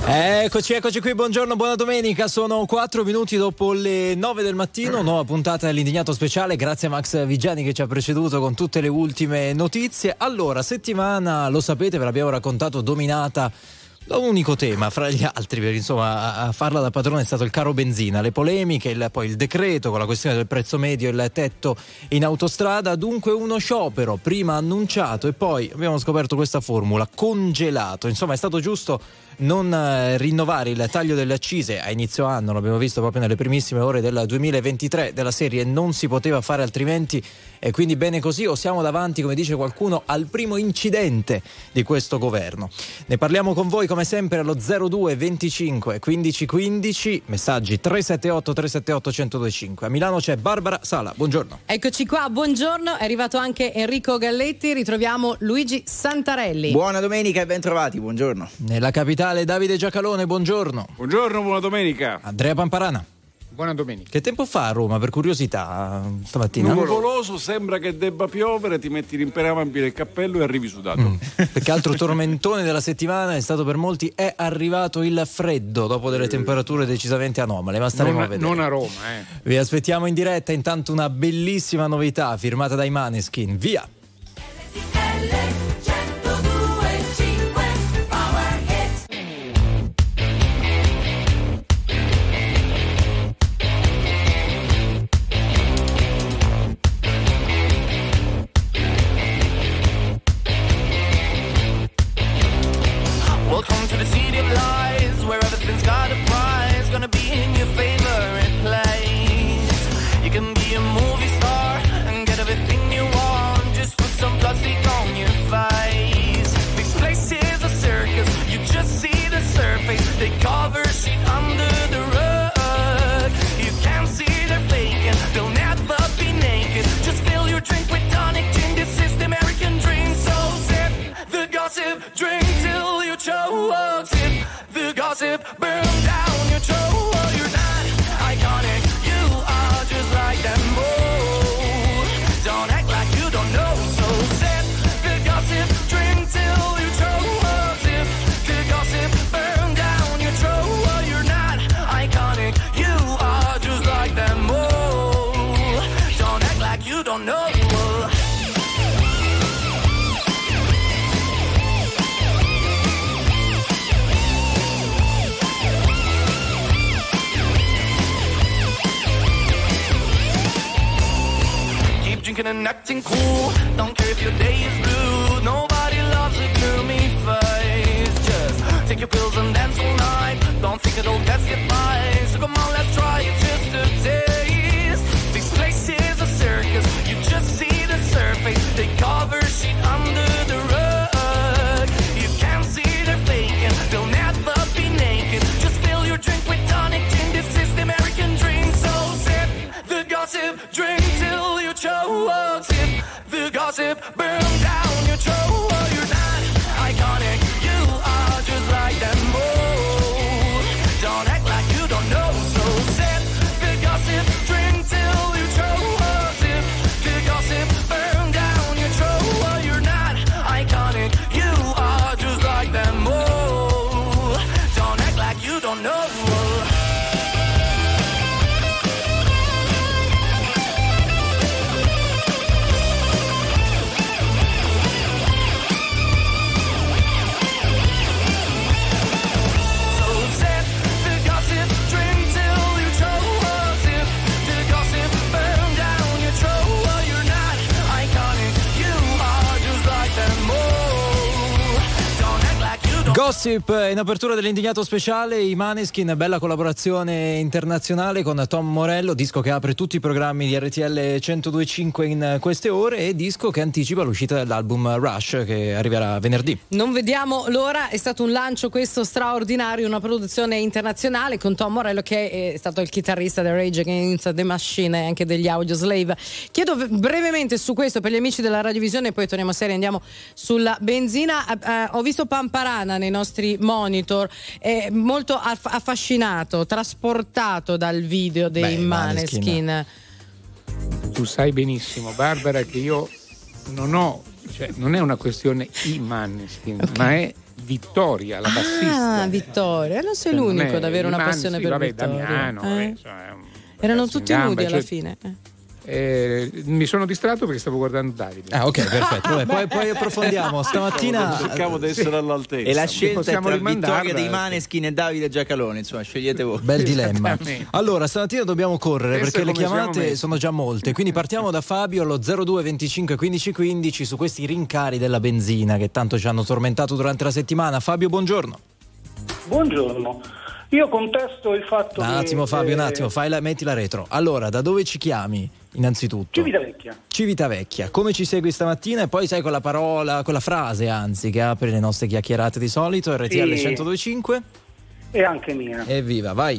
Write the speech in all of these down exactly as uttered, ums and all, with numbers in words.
Eccoci, eccoci qui, buongiorno, buona domenica, sono quattro minuti dopo le nove del mattino, nuova puntata dell'Indignato Speciale, grazie a Max Vigiani che ci ha preceduto con tutte le ultime notizie. Allora, settimana, lo sapete, ve l'abbiamo raccontato, dominata da un unico tema fra gli altri, perché insomma a farla da padrone è stato il caro benzina, le polemiche, il, poi il decreto con la questione del prezzo medio, il tetto in autostrada, dunque uno sciopero prima annunciato e poi abbiamo scoperto questa formula, congelato. Insomma è stato giusto non eh, rinnovare il taglio delle accise a inizio anno, l'abbiamo visto proprio nelle primissime ore del duemilaventitré, della serie non si poteva fare altrimenti, e quindi bene così, o siamo davanti, come dice qualcuno, al primo incidente di questo governo. Ne parliamo con voi come sempre allo zero due venticinque quindici quindici, messaggi tre sette otto tre sette otto uno zero due cinque. A Milano c'è Barbara Sala, buongiorno. Eccoci qua, buongiorno, è arrivato anche Enrico Galletti, ritroviamo Luigi Santarelli. Buona domenica e ben trovati, buongiorno. Nella capitale Davide Giacalone, buongiorno. Buongiorno, buona domenica. Andrea Pamparana. Buona domenica. Che tempo fa a Roma, per curiosità, stamattina? Nuvoloso, sembra che debba piovere, ti metti l'impermeabile, il cappello e arrivi sudato. Mm. Perché altro tormentone della settimana è stato per molti, è arrivato il freddo dopo delle temperature decisamente anomale, ma staremo non, a vedere. Non a Roma, eh. Vi aspettiamo in diretta, intanto una bellissima novità firmata dai Maneskin. Via! And acting cool, don't care if your day is blue. Nobody loves a gloomy face. Just take your pills and dance all night. Don't think it'll get by. So come on, let's try it just a taste. This place is a circus. You just see the surface. They cover shit under the rug. You can't see they're faking. They'll never be naked. Just fill your drink with tonic gin. This is the American dream. So sip the gossip, drink till you choke. Sip the gossip, burn down your throat. You're not iconic, you are just like them all. Don't act like you don't know. So sip the gossip, drink till you choke. Sip the gossip, burn down your throat. You're not iconic, you are just like them all. Don't act like you don't know. Gossip in apertura dell'Indignato Speciale, i Maneskin, bella collaborazione internazionale con Tom Morello, disco che apre tutti i programmi di R T L centodue e cinque in queste ore e disco che anticipa l'uscita dell'album Rush che arriverà venerdì. Non vediamo l'ora, è stato un lancio questo straordinario, una produzione internazionale con Tom Morello che è stato il chitarrista del Rage Against the Machine e anche degli Audioslave. Chiedo brevemente su questo per gli amici della radiovisione e poi torniamo a serie, andiamo sulla benzina. Eh, ho visto Pamparana nei nostri monitor, è molto aff- affascinato, trasportato dal video dei Beh, Maneskin. Maneskin. Tu sai benissimo, Barbara, che io non ho, cioè non è una questione i Maneskin, okay, ma è Vittoria, la bassista. Ah, Vittoria, non sei Non l'unico è ad avere una Iman, passione sì, per vabbè, Vittoria. Damiano, Eh. vabbè, insomma, è un Erano ragazzo in tutti gamba, nudi alla cioè, fine. Eh. eh, mi sono distratto perché stavo guardando Davide. Ah, ok, perfetto. Vabbè, poi, poi approfondiamo. Stamattina cercavo di essere all'altezza. E la scelta è possiamo tra rimandarla. Vittoria dei Maneskin e Davide Giacalone, insomma, scegliete voi. bel dilemma. Esattamente. Allora, stamattina dobbiamo correre Adesso perché le come siamo chiamate messi? sono già molte. Quindi partiamo da Fabio allo zero due venticinque quindici quindici su questi rincari della benzina che tanto ci hanno tormentato durante la settimana. Fabio, buongiorno. Buongiorno, io contesto il fatto Un che... attimo, Fabio, un eh, attimo, fai la, metti la retro. Allora, da dove ci chiami? Innanzitutto Civitavecchia. Civitavecchia, come ci segui stamattina? E poi sai quella parola, quella frase anzi che apre le nostre chiacchierate di solito, R T L Sì. centodue e cinque. E anche mia. Evviva, vai.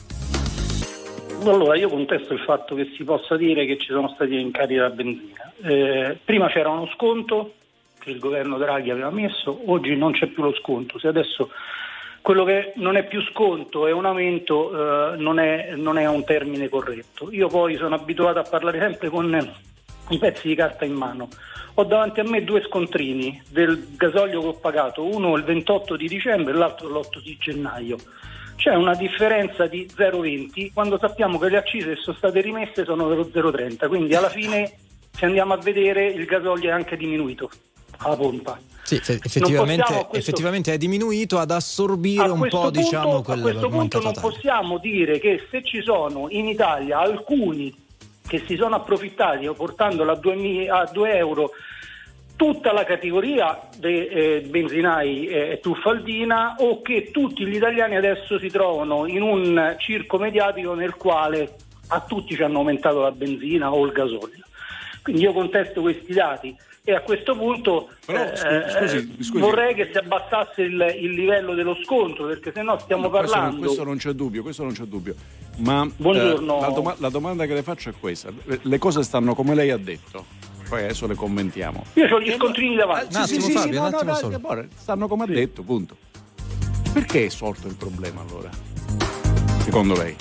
Allora, io contesto il fatto che si possa dire che ci sono stati rincari della benzina. Eh, prima c'era uno sconto che il governo Draghi aveva messo, oggi non c'è più lo sconto. Se adesso quello che non è più sconto è un aumento, eh, non, è, non è un termine corretto. Io poi sono abituato a parlare sempre con i pezzi di carta in mano. Ho davanti a me due scontrini del gasolio che ho pagato, uno il ventotto di dicembre e l'altro l'otto di gennaio. C'è una differenza di zero virgola venti quando sappiamo che le accise che sono state rimesse sono dello zero virgola trenta, quindi alla fine se andiamo a vedere il gasolio è anche diminuito alla pompa. Sì, effettivamente, possiamo, questo, effettivamente è diminuito ad assorbire un po', punto, diciamo, quel a questo punto non totale. possiamo dire che se ci sono in Italia alcuni che si sono approfittati portandola a due euro tutta la categoria dei eh, benzinai e eh, truffaldina, o che tutti gli italiani adesso si trovano in un circo mediatico nel quale a tutti ci hanno aumentato la benzina o il gasolio. Quindi io contesto questi dati e a questo punto Però, eh, scusi, scusi. vorrei che si abbassasse il, il livello dello scontro, perché sennò stiamo No, questo parlando non, questo non c'è dubbio, questo non c'è dubbio. Ma Buongiorno. eh, la, doma- la domanda che le faccio è questa: le cose stanno come lei ha detto, poi adesso le commentiamo. Io ho gli scontrini davanti. Un attimo, Fabio, un attimo solo. dai, stanno come ha detto, punto. Perché è sorto il problema allora? Secondo lei?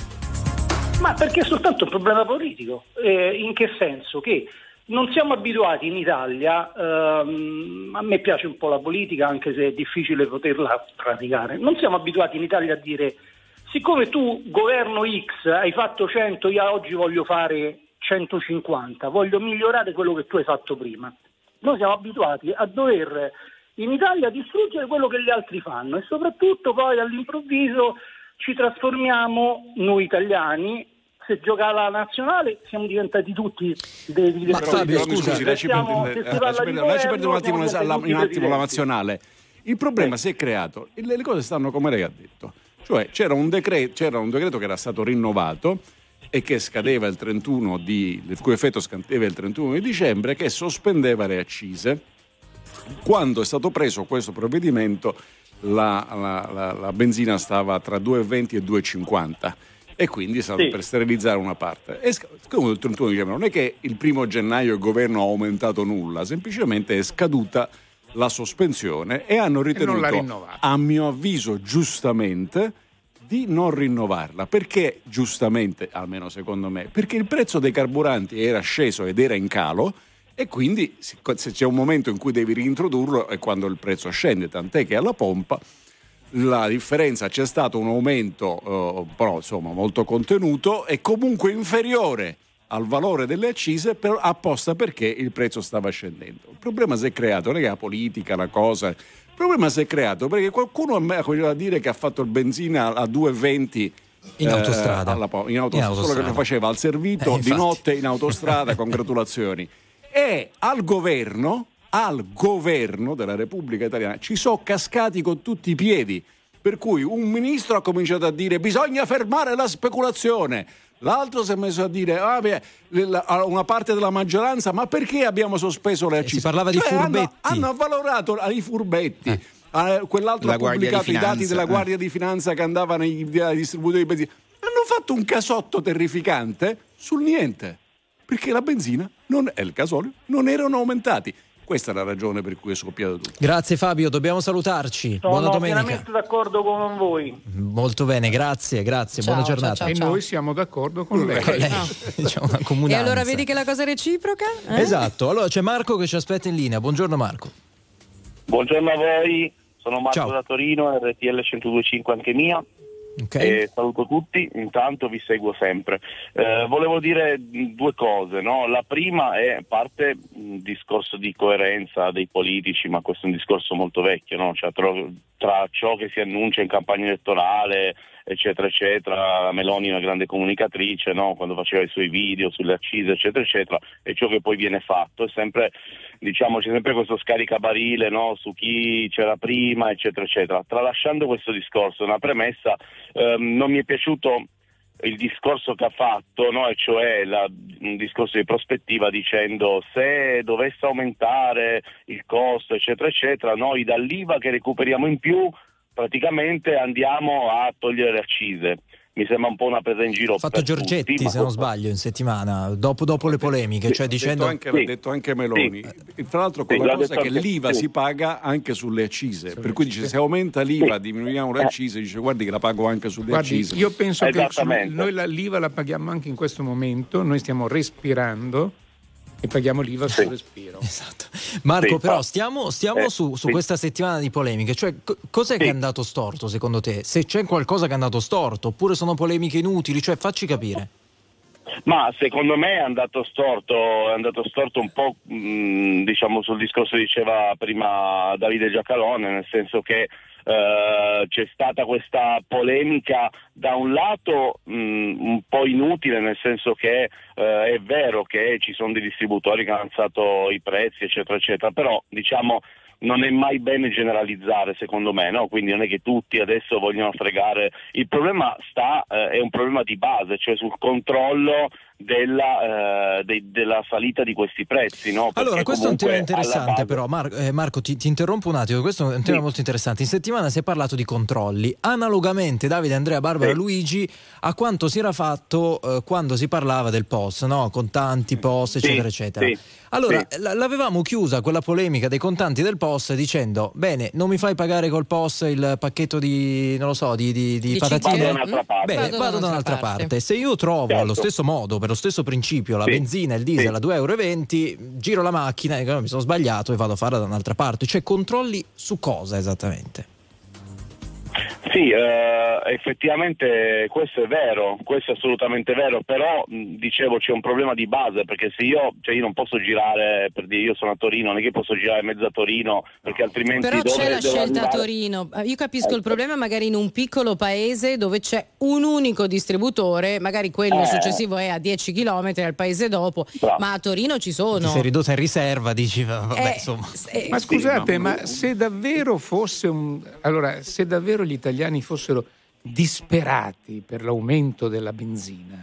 Ma perché è soltanto un problema politico. Eh, in che senso? Che non siamo abituati in Italia, ehm, a me piace un po' la politica anche se è difficile poterla praticare, non siamo abituati in Italia a dire siccome tu governo X hai fatto cento, io oggi voglio fare centocinquanta, voglio migliorare quello che tu hai fatto prima. Noi siamo abituati a dover in Italia distruggere quello che gli altri fanno e soprattutto poi all'improvviso ci trasformiamo noi italiani. Se gioca la nazionale siamo diventati tutti dei Ma Fabio, Però, mi scusa, scusi, lasci Siamo- perdere- se si parla lasci di perdere- lasci perdere un governo, attimo, siamo la, tutti un attimo la presidenti. nazionale. Il problema si è creato, le, le cose stanno come lei ha detto, cioè c'era un decreto, c'era un decreto che era stato rinnovato e che scadeva il trentuno di, il cui effetto scadeva il trentuno di dicembre, che sospendeva le accise. Quando è stato preso questo provvedimento la, la, la, la benzina stava tra due virgola venti e due virgola cinquanta e quindi è stato Sì. per sterilizzare una parte. E sc- il trentuno dicembre non è che il primo gennaio il governo ha aumentato nulla, semplicemente è scaduta la sospensione e hanno ritenuto, l'ha rinnovata. a mio avviso giustamente, di non rinnovarla. Perché giustamente, almeno secondo me? Perché il prezzo dei carburanti era sceso ed era in calo e quindi se c'è un momento in cui devi reintrodurlo è quando il prezzo scende, tant'è che alla pompa la differenza, c'è stato un aumento eh, però insomma molto contenuto e comunque inferiore al valore delle accise, però apposta perché il prezzo stava scendendo. Il problema si è creato, non è che la politica, la cosa, il problema si è creato perché qualcuno a me ha cominciato a dire che ha fatto il benzina a due virgola venti In autostrada. eh, alla po- in autostrada, In autostrada. solo che lo faceva al servito Eh, di infatti. notte in autostrada, congratulazioni. E al governo, al governo della Repubblica Italiana ci sono cascati con tutti i piedi, per cui un ministro ha cominciato a dire bisogna fermare la speculazione, l'altro si è messo a dire ah, beh, la- una parte della maggioranza ma perché abbiamo sospeso le accise? si parlava di Cioè, hanno- furbetti. hanno avvalorato i furbetti. Eh, quell'altro La ha Guardia pubblicato di i dati Finanza, della eh. Guardia di Finanza che andavano ai, ai distributori di benzina. Hanno fatto un casotto terrificante sul niente, perché la benzina non, e il gasolio non erano aumentati. Questa è la ragione per cui è scoppiato tutto. Grazie Fabio, dobbiamo salutarci. Sono Buona domenica. pienamente d'accordo con voi. Molto bene, grazie, grazie, Ciao, buona ciao, giornata. ciao, E noi siamo d'accordo con lei. Con lei, diciamo una E comunanza. allora vedi che la cosa è reciproca? Eh? Esatto, allora c'è Marco che ci aspetta in linea. Buongiorno Marco. Buongiorno a voi. sono Marco Ciao. da Torino, R T L centodue e cinque anche mia. Okay. E saluto tutti, intanto vi seguo sempre. Eh, volevo dire due cose, no? La prima è, a parte un discorso di coerenza dei politici, ma questo è un discorso molto vecchio, no? Cioè, tra, tra ciò che si annuncia in campagna elettorale, eccetera, eccetera, Meloni è una grande comunicatrice, no? Quando faceva i suoi video sulle accise, eccetera, eccetera, e ciò che poi viene fatto è sempre, diciamo, c'è sempre questo scaricabarile, no? Su chi c'era prima, eccetera, eccetera. Tralasciando questo discorso, una premessa, ehm, non mi è piaciuto il discorso che ha fatto, no? E cioè la, un discorso di prospettiva dicendo se dovesse aumentare il costo, eccetera, eccetera, noi dall'I V A che recuperiamo in più praticamente andiamo a togliere le accise. Mi sembra un po' una presa in giro. Ha fatto per Giorgetti, tutti, se non questo... sbaglio, in settimana, dopo, dopo le polemiche, Sì, cioè l'ha dicendo... detto anche, Sì. l'ha detto anche Meloni. Sì. Tra l'altro con Sì, la l'ha cosa detto che anche- l'I V A sì. si paga anche sulle accise, per cui dice se aumenta l'I V A diminuiamo le accise, dice guardi che la pago anche sulle Guardi, accise. io penso che sul- Esattamente. noi la, l'I V A la paghiamo anche in questo momento, noi stiamo respirando e paghiamo l'I V A sul Sì. respiro. Esatto. Marco, Sì, però ma- stiamo, stiamo eh, su, su sì. questa settimana di polemiche, cioè co- cos'è Sì. che è andato storto secondo te? Se c'è qualcosa che è andato storto oppure sono polemiche inutili, cioè facci capire. Ma secondo me è andato storto, è andato storto un po' mh, diciamo sul discorso che diceva prima Davide Giacalone, nel senso che eh, c'è stata questa polemica da un lato mh, un po' inutile, nel senso che eh, è vero che ci sono dei distributori che hanno alzato i prezzi, eccetera, eccetera, però diciamo non è mai bene generalizzare, secondo me, no? Quindi non è che tutti adesso vogliono fregare. Il problema sta, eh, è un problema di base, cioè sul controllo della, eh, de- della salita di questi prezzi, no? Perché Allora, questo è un tema comunque alla interessante, base- però Mar- eh, Marco ti, ti interrompo un attimo, questo è un tema Sì. molto interessante. In settimana si è parlato di controlli, analogamente Davide, Andrea, Barbara, Sì. Luigi, a quanto si era fatto eh, quando si parlava del P O S, no? Contanti, P O S, eccetera, Sì, eccetera. sì, Allora, sì. l- l'avevamo chiusa quella polemica dei contanti del P O S dicendo, bene, non mi fai pagare col P O S il pacchetto di, non lo so, di, di, di Di patatine? Vado da un'altra parte. Bene, vado, da un'altra parte. parte. Se io trovo Certo. allo stesso modo, per lo stesso principio, la Sì. benzina e il diesel Sì. a due euro e venti, giro la macchina e dico, mi sono sbagliato e vado a farla da un'altra parte. Cioè, controlli su cosa esattamente? Sì, eh, effettivamente questo è vero, questo è assolutamente vero, però mh, dicevo c'è un problema di base, perché se io, cioè io non posso girare, per dire io sono a Torino, non è che posso girare mezza Torino, perché altrimenti Però dove c'è la devo scelta a arrivare? Torino. Io capisco il Ecco. problema magari in un piccolo paese dove c'è un unico distributore, magari quello Eh. successivo è a dieci chilometri al paese dopo, Bravo. ma a Torino ci Ti sono. sei ridotta in riserva, dici, vabbè, Eh, insomma. eh, Ma scusate, no. ma se davvero fosse un... Allora, se davvero gli italiani fossero disperati per l'aumento della benzina,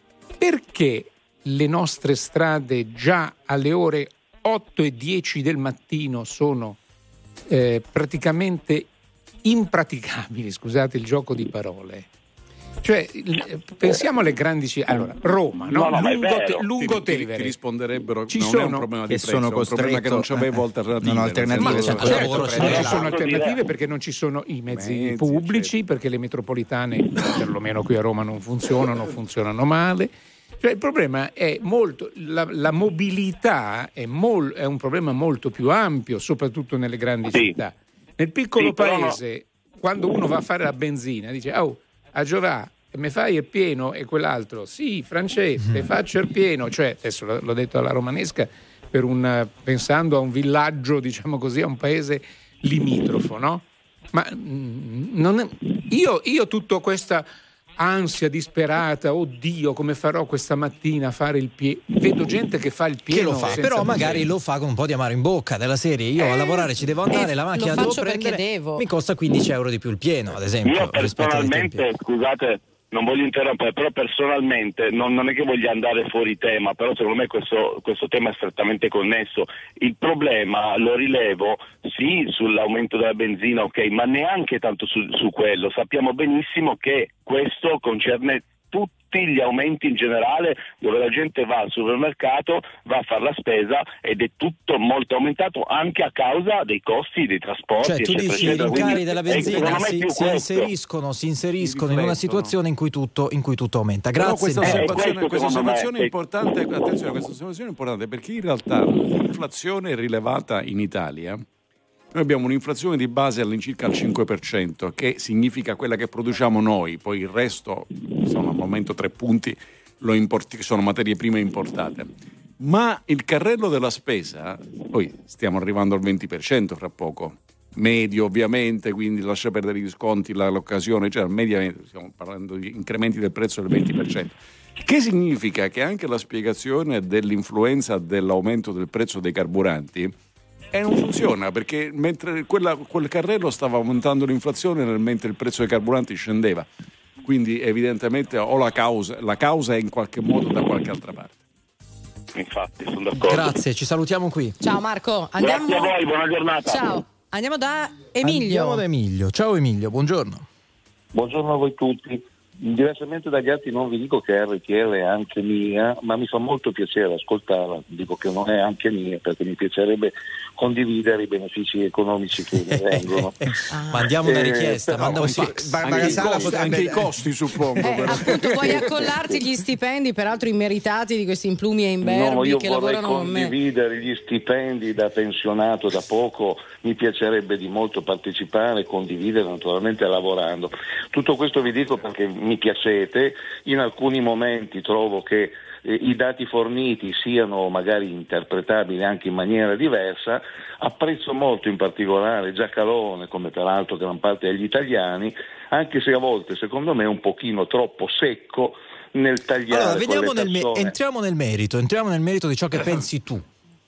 perché le nostre strade già alle ore otto e dieci del mattino sono eh, praticamente impraticabili, scusate il gioco di parole? Cioè, il- pensiamo alle grandi città. Allora, Roma, no? No, no, ma è Lungo, vero. te- Ti- lungo ti, ti Tevere. risponderebbero Ci non è sono un problema di che prezzo, sono è un problema che non costretto, c'avevo eh. alternative. Non ho alternative, nel senso- sono Certo, lavoro, non c'è ci della- sono L'altro alternative dire- perché non ci sono i mezzi, Mezzi, pubblici, certo. perché le metropolitane, perlomeno qui a Roma, non funzionano, funzionano male. Cioè, il problema è molto, la, la mobilità è, mol- è un problema molto più ampio, soprattutto nelle grandi Sì. città. Nel piccolo Sì, però no. paese, quando uno va a fare la benzina, dice, oh, a Giovà, mi fai il pieno? E quell'altro, sì, Francesco, faccio il pieno. Cioè, adesso l- l'ho detto alla romanesca, per un, pensando a un villaggio, diciamo così, a un paese limitrofo, no? Ma mm, non è- io, io tutto questa ansia disperata, oddio, come farò questa mattina a fare il pieno? Vedo gente che fa il Che pieno lo fa, senza però magari problemi. lo fa con un po' di amaro in bocca, della serie io a lavorare ci devo andare, eh, la lo macchina devo faccio perché prendere, devo. mi costa quindici euro di più il pieno, ad esempio, Io rispetto ai tempi. personalmente, scusate, non voglio interrompere, però personalmente non, non è che voglio andare fuori tema, però secondo me questo, questo tema è strettamente connesso. Il problema lo rilevo sì sull'aumento della benzina, ok, ma neanche tanto su, su quello. Sappiamo benissimo che questo concerne tutti gli aumenti in generale, dove la gente va al supermercato, va a fare la spesa ed è tutto molto aumentato anche a causa dei costi dei trasporti. Cioè tu eccetera, dici i eccetera. rincari Quindi, della eh, benzina secondo me è si, più si questo. inseriscono, si inseriscono in una riflettono. situazione in cui tutto, in cui tutto aumenta. Però Grazie. questa Eh, osservazione, questo questa secondo me, osservazione è sì. importante, attenzione, questa osservazione è importante perché in realtà l'inflazione rilevata in Italia Noi abbiamo un'inflazione di base all'incirca al cinque per cento, che significa quella che produciamo noi, poi il resto sono al momento tre punti, lo importi, sono materie prime importate. Ma il carrello della spesa, poi stiamo arrivando al venti per cento fra poco, medio ovviamente, quindi lascia perdere i disconti, la, l'occasione, cioè mediamente stiamo parlando di incrementi del prezzo del venti per cento, che significa che anche la spiegazione dell'influenza dell'aumento del prezzo dei carburanti e non funziona, perché mentre quella, quel carrello stava aumentando l'inflazione mentre il prezzo dei carburanti scendeva, quindi evidentemente o la causa, la causa è in qualche modo da qualche altra parte. Infatti, sono d'accordo. Grazie, ci salutiamo qui. Ciao Marco, andiamo. Grazie a voi, buona giornata. Ciao, andiamo da Emilio. Andiamo da Emilio. Ciao Emilio, buongiorno. Buongiorno a voi tutti. Diversamente dagli altri non vi dico che R T L è anche mia, ma mi fa molto piacere ascoltarla, dico che non è anche mia perché mi piacerebbe condividere i benefici economici che ne vengono. Mandiamo una richiesta, eh, manda un sì, fax. Anche, i costi, potrebbe... anche i costi suppongo. Eh, però. appunto, vuoi accollarti gli stipendi, peraltro immeritati, di questi implumi e imberbi no, io che vorrei lavorano con me? condividere gli stipendi da pensionato da poco, mi piacerebbe di molto partecipare, condividere naturalmente lavorando. Tutto questo vi dico perché mi piacete, in alcuni momenti trovo che eh, i dati forniti siano magari interpretabili anche in maniera diversa, apprezzo molto in particolare Giacalone, come peraltro gran parte degli italiani, anche se a volte secondo me è un pochino troppo secco nel tagliare. Allora, veniamo con le nel me- persone. entriamo nel merito, entriamo nel merito di ciò che pensi tu.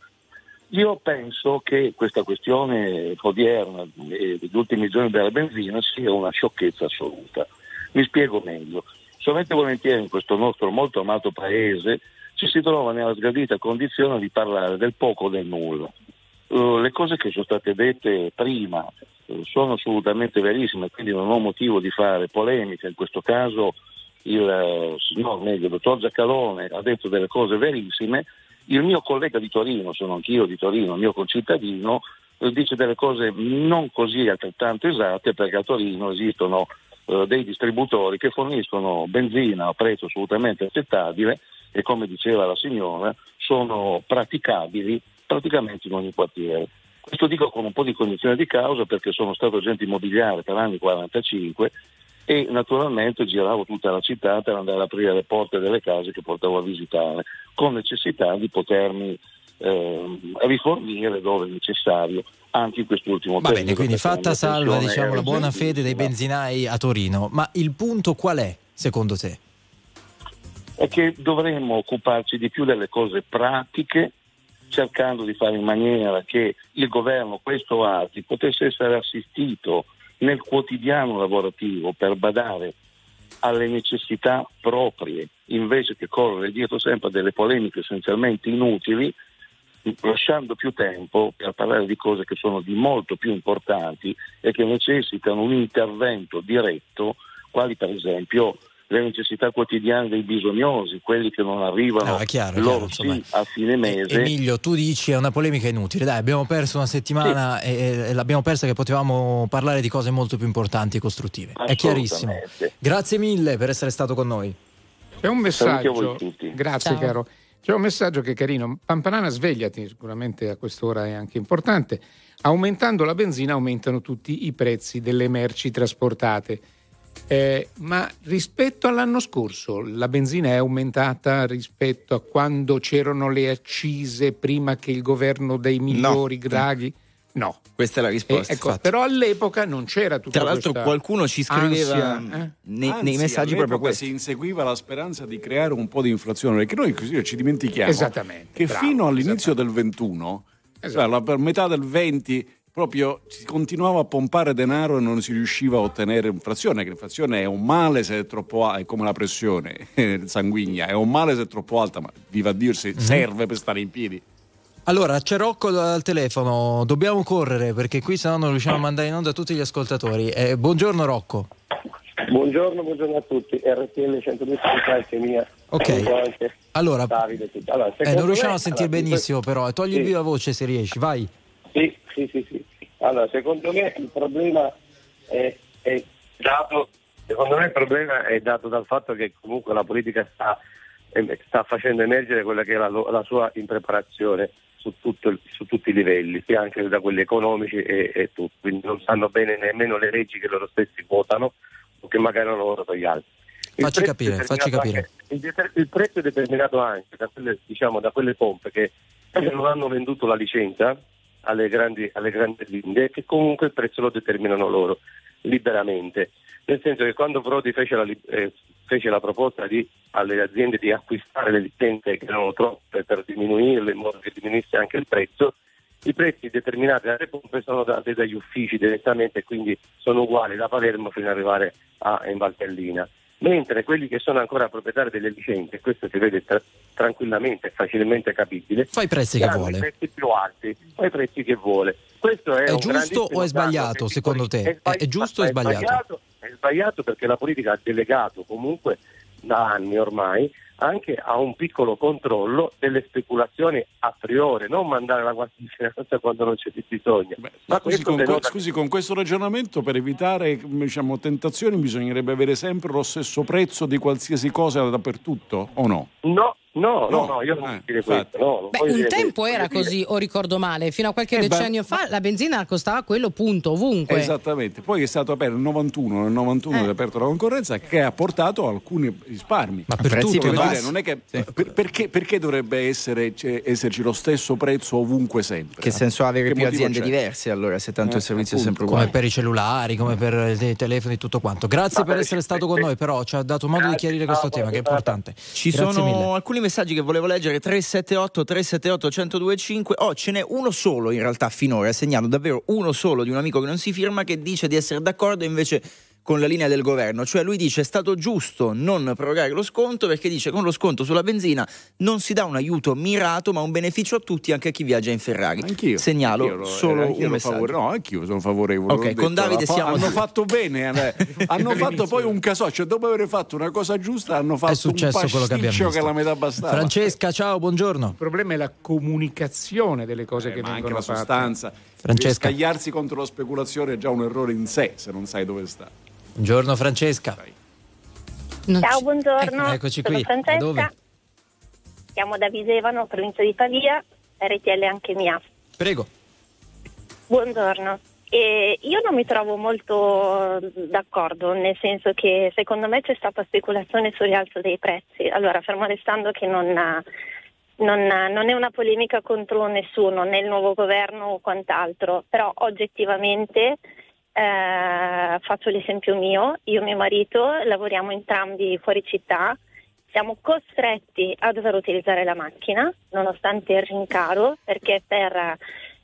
Io penso che questa questione odierna e degli ultimi giorni della benzina sia una sciocchezza assoluta. Mi spiego meglio. Sovente e volentieri in questo nostro molto amato paese ci si trova nella sgradita condizione di parlare del poco o del nulla. Uh, le cose che sono state dette prima uh, sono assolutamente verissime, quindi non ho motivo di fare polemica. In questo caso il uh, signor, meglio, il dottor Giacalone ha detto delle cose verissime. Il mio collega di Torino, sono anch'io di Torino, mio concittadino, uh, dice delle cose non così altrettanto esatte, perché a Torino esistono uh, dei distributori che forniscono benzina a prezzo assolutamente accettabile e, come diceva la signora, sono praticabili praticamente in ogni quartiere. Questo dico con un po' di cognizione di causa perché sono stato agente immobiliare per anni quarantacinque e naturalmente giravo tutta la città per andare ad aprire le porte delle case che portavo a visitare, con necessità di potermi eh, rifornire dove necessario, anche in quest'ultimo Va periodo. bene, quindi fatta salva, diciamo, la buona gentile, fede dei benzinai a Torino, ma il punto qual è secondo te? È che dovremmo occuparci di più delle cose pratiche, cercando di fare in maniera che il governo, questo o altri, potesse essere assistito nel quotidiano lavorativo per badare alle necessità proprie, invece che correre dietro sempre a delle polemiche essenzialmente inutili, lasciando più tempo per parlare di cose che sono di molto più importanti e che necessitano un intervento diretto, quali per esempio le necessità quotidiane dei bisognosi, quelli che non arrivano no, è chiaro, è loro chiaro, sì, a fine mese. Emilio, tu dici è una polemica inutile, dai, abbiamo perso una settimana sì. e, e l'abbiamo persa che potevamo parlare di cose molto più importanti e costruttive, è chiarissimo. Grazie mille per essere stato con noi. C'è un messaggio, grazie Ciao. caro, c'è un messaggio che è carino. Pampanana, svegliati, sicuramente a quest'ora è anche importante. Aumentando la benzina aumentano tutti i prezzi delle merci trasportate. Eh, ma rispetto all'anno scorso la benzina è aumentata rispetto a quando c'erano le accise prima che il governo dei migliori no. Draghi? No. Questa è la risposta. Eh, ecco, però all'epoca non c'era tutta Tra l'altro questa qualcuno ci scriveva ansia, eh? nei, Anzi, nei messaggi proprio questo. Si inseguiva la speranza di creare un po' di inflazione, perché noi così ci dimentichiamo Esattamente, che bravo, fino all'inizio del ventuno, esatto. cioè la, per metà del venti, proprio si continuava a pompare denaro e non si riusciva a ottenere inflazione, che l'inflazione è un male se è troppo alta, è come la pressione sanguigna, è un male se è troppo alta, ma viva a dirsi mm-hmm. serve per stare in piedi. Allora, c'è Rocco al telefono, dobbiamo correre perché qui sennò non riusciamo a mandare in onda tutti gli ascoltatori. Eh, buongiorno Rocco. Buongiorno, buongiorno a tutti. R T L centodue è mia. Ok. Allora, Davide, allora eh, non riusciamo me, a sentire allora, benissimo però, togli sì. il viva voce se riesci, vai. Sì, sì, sì, sì. Allora, secondo me il problema è, è dato secondo me il problema è dato dal fatto che comunque la politica sta, sta facendo emergere quella che è la, la sua impreparazione. su, tutto il, su tutti i livelli, sia anche da quelli economici e, e tutto, quindi non sanno bene nemmeno le leggi che loro stessi votano o che magari hanno votato gli altri. Il facci capire, facci capire. Anche, il, il prezzo è determinato anche da quelle, diciamo, da quelle pompe che non hanno venduto la licenza alle grandi, alle grandi aziende, che comunque il prezzo lo determinano loro liberamente, nel senso che quando Prodi fece la, eh, fece la proposta di, alle aziende di acquistare le licenze che erano troppe per diminuirle in modo che diminuisse anche il prezzo, i prezzi determinati dalle pompe sono dati dagli uffici direttamente e quindi sono uguali da Palermo fino ad arrivare a in Valtellina, mentre quelli che sono ancora proprietari delle licenze, questo si vede tra- tranquillamente e facilmente capibile, fa i prezzi che vuole, i prezzi più alti, fa i prezzi che vuole. Questo è, è un giusto o è sbagliato secondo te? È, sbagli- è giusto o è sbagliato? È sbagliato? È sbagliato perché la politica ha delegato comunque da anni ormai anche a un piccolo controllo delle speculazioni a priori, non mandare la Guardia di Finanza quando non c'è più bisogno. Beh, Ma scusi, con denota... que- scusi, con questo ragionamento, per evitare, diciamo, tentazioni, bisognerebbe avere sempre lo stesso prezzo di qualsiasi cosa dappertutto, o no? No. No, no, No, no, io non eh, voglio dire infatti. questo. No, non Beh, voglio un dire tempo questo. era Voglio così, dire- o ricordo male, fino a qualche Eh, decennio beh, fa la benzina costava quello, punto, ovunque. Esattamente, poi è stato aperto nel novantuno, nel novantuno Eh. è aperto la concorrenza che ha portato alcuni risparmi. Ma per prezzi tutto, più Voglio no? bassi. dire, non è che, per- perché, perché dovrebbe essere, cioè, esserci lo stesso prezzo ovunque sempre? Che senso ha avere Che più motivo aziende c'è? diverse allora, se tanto Eh, il servizio è appunto. sempre come uguale? per i cellulari, come per i telefoni e tutto quanto. Grazie Ma per per- essere stato con per- noi, però ci ha dato modo di Grazie, chiarire ciao, questo tema che è buona giornata. importante. Ci Grazie sono mille. alcuni messaggi che volevo leggere. Tre sette otto tre sette otto uno zero due cinque. Oh, ce n'è uno solo in realtà finora, segnalo davvero uno solo di un amico che non si firma, che dice di essere d'accordo invece con la linea del governo, cioè lui dice è stato giusto non prorogare lo sconto perché dice con lo sconto sulla benzina non si dà un aiuto mirato ma un beneficio a tutti, anche a chi viaggia in Ferrari. Anch'io. Segnalo anch'io lo- solo anch'io un lo messaggio. favore- no, anch'io sono favorevole. Ok, l'ho con detto, Davide la fa- siamo- hanno fatto bene, eh, hanno fatto poi un caso, cioè dopo aver fatto una cosa giusta hanno fatto È successo un quello che abbiamo pasticcio visto. che la metà bastava. Francesca, ciao, buongiorno. Il problema è la comunicazione delle cose Eh, che ma anche vengono la fatte. sostanza. Francesca. Scagliarsi contro la speculazione è già un errore in sé se non sai dove sta. Buongiorno Francesca. Non Ciao, ci- buongiorno. Ecco, eccoci Sono qui. Da Francesca. dove? Siamo da Visevano, provincia di Pavia, R T L anche mia. Prego. Buongiorno. E io non mi trovo molto d'accordo, nel senso che secondo me c'è stata speculazione sul rialzo dei prezzi. Allora, fermo restando che non, non, non è una polemica contro nessuno, né il nuovo governo o quant'altro, però oggettivamente eh, faccio l'esempio mio, io e mio marito lavoriamo entrambi fuori città, siamo costretti a dover utilizzare la macchina nonostante il rincaro, perché per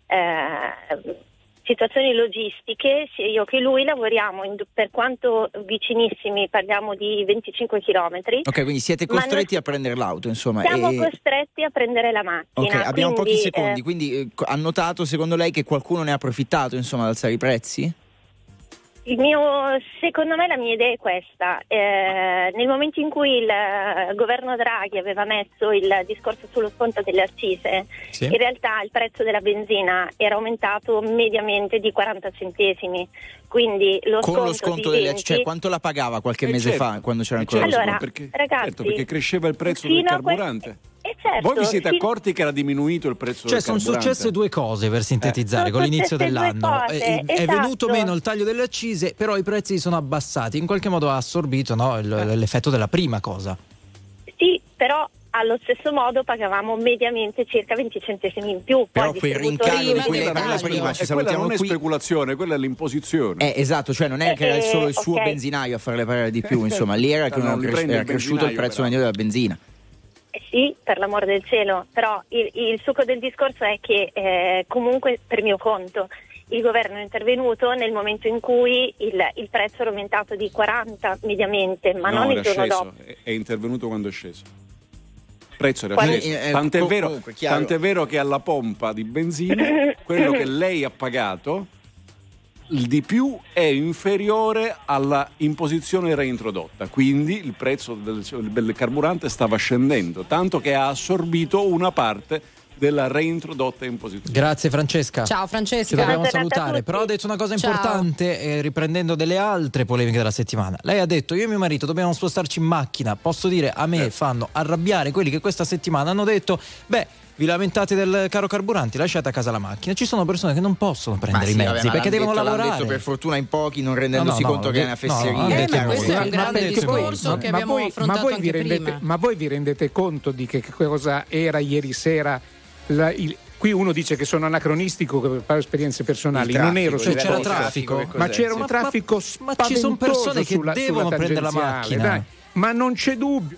eh, situazioni logistiche sia io che lui lavoriamo in, per quanto vicinissimi, parliamo di venticinque chilometri. Ok, quindi siete Ma costretti noi a prendere l'auto, insomma. siamo e- costretti a prendere la macchina. Ok, abbiamo quindi, pochi secondi, eh, quindi eh, ha notato secondo lei che qualcuno ne ha approfittato, insomma, ad alzare i prezzi? Il mio, secondo me la mia idea è questa, eh, nel momento in cui il eh, governo Draghi aveva messo il discorso sullo sconto delle accise, Sì. in realtà il prezzo della benzina era aumentato mediamente di quaranta centesimi, quindi lo Con sconto, lo sconto di delle venti, cioè quanto la pagava qualche Eh, mese certo. fa, quando c'era Eh, ancora certo, lo Allora, sconto? perché, ragazzi, certo, perché cresceva il prezzo del fino a que- carburante. eh, certo, Voi vi siete sì- accorti che era diminuito il prezzo Cioè del sono carburante? successe due cose per sintetizzare Sono con l'inizio successe due dell'anno. cose, Eh, È esatto. venuto meno il taglio delle accise, però i prezzi si sono abbassati. In qualche modo ha assorbito, no, il- l'effetto della prima cosa. Sì, però allo stesso modo pagavamo mediamente circa venti centesimi in più. Però Poi quel distributori rincaro di in- cui lei Prima parlava del prima, taglio. ci E quella salutiamo non è qui. speculazione, quella è l'imposizione. Eh, esatto, cioè non è che era Eh, solo il suo ok. benzinaio a farle pagare di più, insomma, lì era che No, non li cres- prende era il cresciuto il benzinaio, prezzo però. medio della benzina. Eh sì, per l'amor del cielo, però il, il succo del discorso è che eh, comunque per mio conto il governo è intervenuto nel momento in cui il, il prezzo era aumentato di quaranta mediamente, ma no, non era il giorno sceso, dopo. è- è intervenuto quando è sceso. Il prezzo era Quando- sceso. Eh, eh, Tant'è, com- vero, comunque, chiaro. tant'è vero che alla pompa di benzina quello che lei ha pagato il di più è inferiore alla imposizione reintrodotta, quindi il prezzo del, del carburante stava scendendo, tanto che ha assorbito una parte della reintrodotta imposizione. Grazie Francesca. Ciao Ci Francesca. dobbiamo Buona giornata a salutare, tutti. però ha detto una cosa Ciao. importante, eh, riprendendo delle altre polemiche della settimana. Lei ha detto io e mio marito dobbiamo spostarci in macchina. Posso dire, a me fanno arrabbiare quelli che questa settimana hanno detto beh, vi lamentate del caro carburanti, lasciate a casa la macchina. Ci sono persone che non possono prendere Ma i sì, mezzi vabbè, perché l'hanno devono detto, l'hanno lavorare. detto per fortuna in pochi, non rendendosi No, no, conto no, che è no, una fesseria. no, Eh, ma ma questo è un grande perché discorso che ma abbiamo voi, affrontato ma voi vi anche rendete, prima. ma voi vi rendete conto di che cosa era ieri sera la, il, qui uno dice che sono anacronistico per esperienze personali, traffico, non ero cioè sul c'era podcast, traffico, ma c'era un Ma- traffico ma- ma ci sono persone che sulla, devono sulla prendere la tangenziale, macchina. dai, ma non c'è dubbio.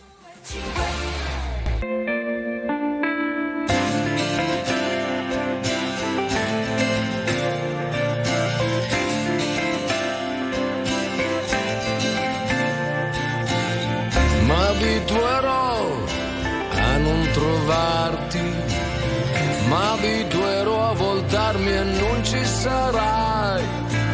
M'abituerò a non trovarti, m'abituerò a voltarmi e non ci sarai,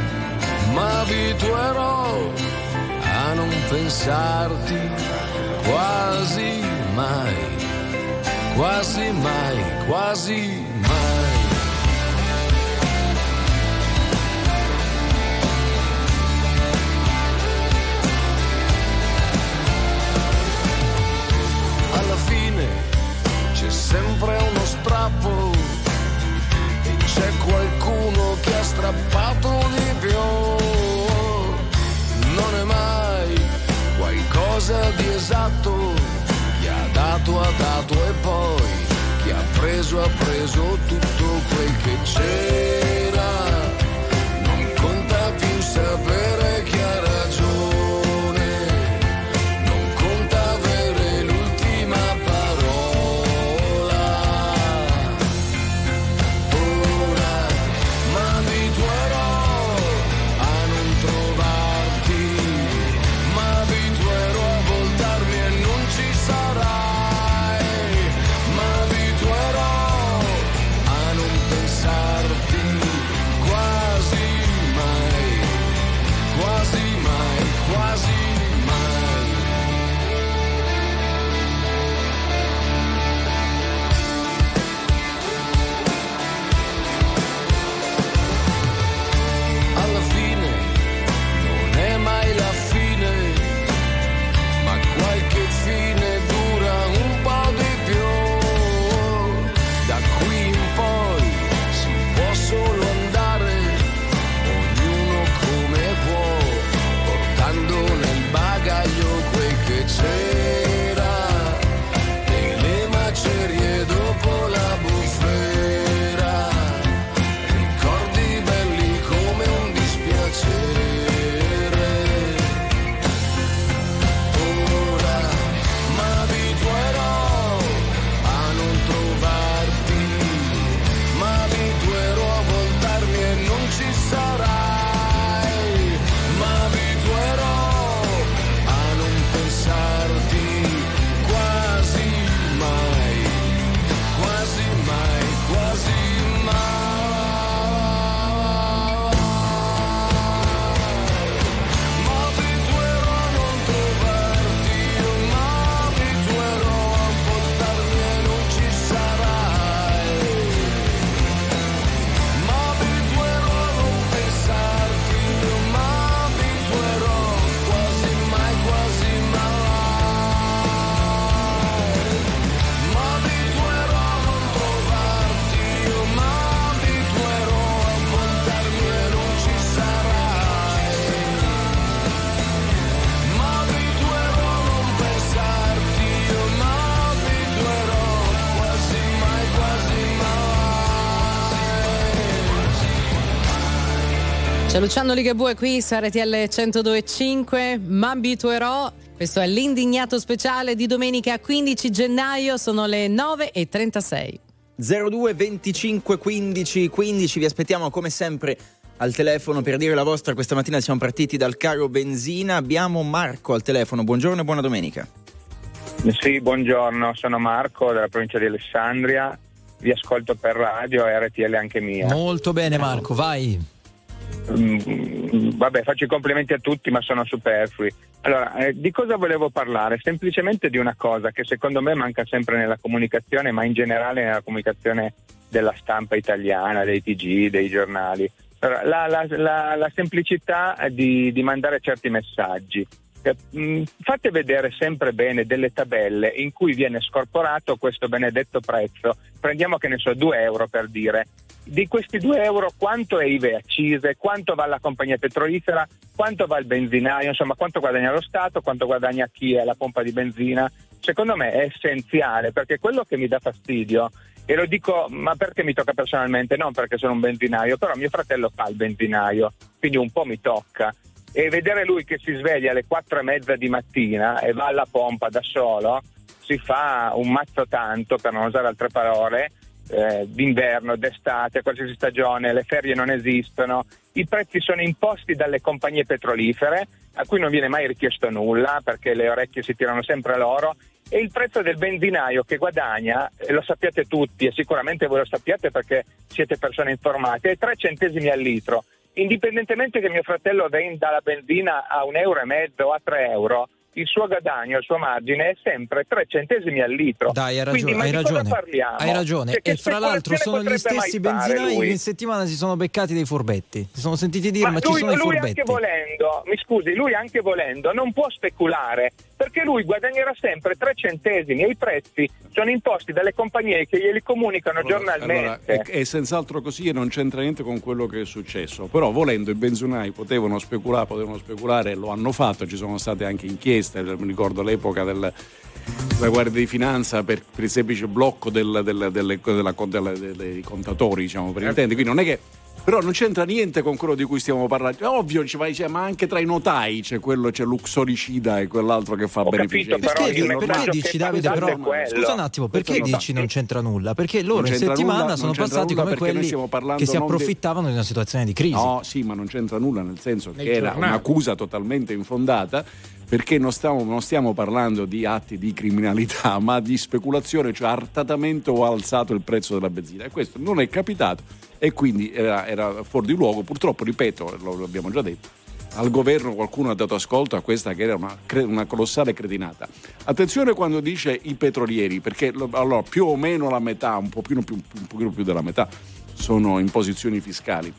m'abituerò a non pensarti quasi mai, quasi mai, quasi mai. C'è sempre uno strappo e c'è qualcuno che ha strappato di più. Non è mai qualcosa di esatto, chi ha dato ha dato e poi chi ha preso ha preso tutto quel che c'era. Non conta più sapere chi ha ragione, non conta avere l'ultima parola. Ora m'abituerò a non trovarti, m'abituerò a voltarmi e non ci sarai, m'abituerò a non pensarti quasi mai, quasi mai, quasi mai. Alla fine non è mai la fine, ma qualche fine dura un po' di più. Da qui in poi si può solo andare, ognuno come può, portando nel bagaglio quel che c'era e le macerie dopo la bufera. Ricordi belli come un dispiacere. Ora m'abituerò a non trovarti, m'abituerò a voltarmi e non ci sarai, m'abituerò a non pensarti quasi mai, quasi mai, quasi mai. M'abituerò a non trovarti, io m'abituerò a voltarmi e non ci sarai, m'abituerò a non pensarti, io m'abituerò quasi mai, quasi mai, m'abituerò a non trovarti, io m'abituerò a voltarmi e non ci sarai, m'abituerò a non pensarti, io m'abituerò quasi mai, quasi mai. C'è Luciano Ligabue qui su R T L centodue e cinque, m'abituerò. Questo è l'indignato speciale di domenica quindici gennaio, sono le nove e trentasei. zero due venticinque quindici quindici, vi aspettiamo come sempre al telefono per dire la vostra. Questa mattina siamo partiti dal caro benzina, abbiamo Marco al telefono. Buongiorno e buona domenica. Sì, buongiorno, sono Marco della provincia di Alessandria, vi ascolto per radio e R T L anche mia. Molto bene Marco, vai. Mm, vabbè, faccio i complimenti a tutti, ma sono superflui. Allora, eh, di cosa volevo parlare? Semplicemente di una cosa che secondo me manca sempre nella comunicazione, ma in generale nella comunicazione della stampa italiana, dei T G, dei giornali. Allora, la, la, la, la semplicità di, di mandare certi messaggi. mh, fate vedere sempre bene delle tabelle in cui viene scorporato questo benedetto prezzo. Prendiamo, che ne so, due euro per dire. Di questi due euro quanto è I V A e accise, quanto va alla compagnia petrolifera, quanto va al benzinaio, insomma quanto guadagna lo Stato, quanto guadagna chi è alla pompa di benzina. Secondo me è essenziale, perché quello che mi dà fastidio, e lo dico ma perché mi tocca personalmente, non perché sono un benzinaio, però mio fratello fa il benzinaio, quindi un po' mi tocca, e vedere lui che si sveglia alle quattro e mezza di mattina e va alla pompa da solo, si fa un mazzo tanto, per non usare altre parole, eh, d'inverno, d'estate, qualsiasi stagione, le ferie non esistono, i prezzi sono imposti dalle compagnie petrolifere a cui non viene mai richiesto nulla perché le orecchie si tirano sempre a loro, e il prezzo del benzinaio che guadagna, e lo sappiate tutti e sicuramente voi lo sappiate perché siete persone informate, è tre centesimi al litro. Indipendentemente che mio fratello venda la benzina a un euro e mezzo o a tre euro, il suo guadagno, il suo margine è sempre tre centesimi al litro. Dai, hai ragione, Quindi, ma hai di cosa ragione. parliamo? Hai ragione. Cioè, e fra l'altro sono gli stessi benzinai che in settimana si sono beccati dei furbetti. Si sono sentiti dire ma, ma ci lui, sono i lui furbetti. anche volendo, mi scusi, lui anche volendo non può speculare, perché lui guadagnerà sempre tre centesimi e i prezzi sono imposti dalle compagnie che glieli comunicano allora, giornalmente. Allora, è, è senz'altro così e non c'entra niente con quello che è successo, però volendo i benzinai potevano speculare, potevano speculare, lo hanno fatto, ci sono state anche inchieste, mi ricordo l'epoca del la Guardia di Finanza per, per il semplice blocco del, del, delle, della, della, dei contatori, diciamo, per intendere, quindi non è che però non c'entra niente con quello di cui stiamo parlando. È ovvio, ma anche tra i notai c'è quello, c'è l'uxoricida e quell'altro che fa beneficenza. Perché, perché dici, Davide, però scusa un attimo, perché dici non c'entra nulla? Perché loro in settimana nulla, sono passati come quelli che si approfittavano di... di una situazione di crisi. No, sì, ma non c'entra nulla, nel senso che era un'accusa totalmente infondata, perché non stiamo, non stiamo parlando di atti di criminalità, ma di speculazione, cioè artatamente ho alzato il prezzo della benzina, e questo non è capitato e quindi era, era fuori di luogo. Purtroppo, ripeto, lo abbiamo già detto, al governo qualcuno ha dato ascolto a questa che era una, una colossale cretinata. Attenzione quando dice i petrolieri, perché allora più o meno la metà, un pochino più, un pochino più della metà sono imposizioni fiscali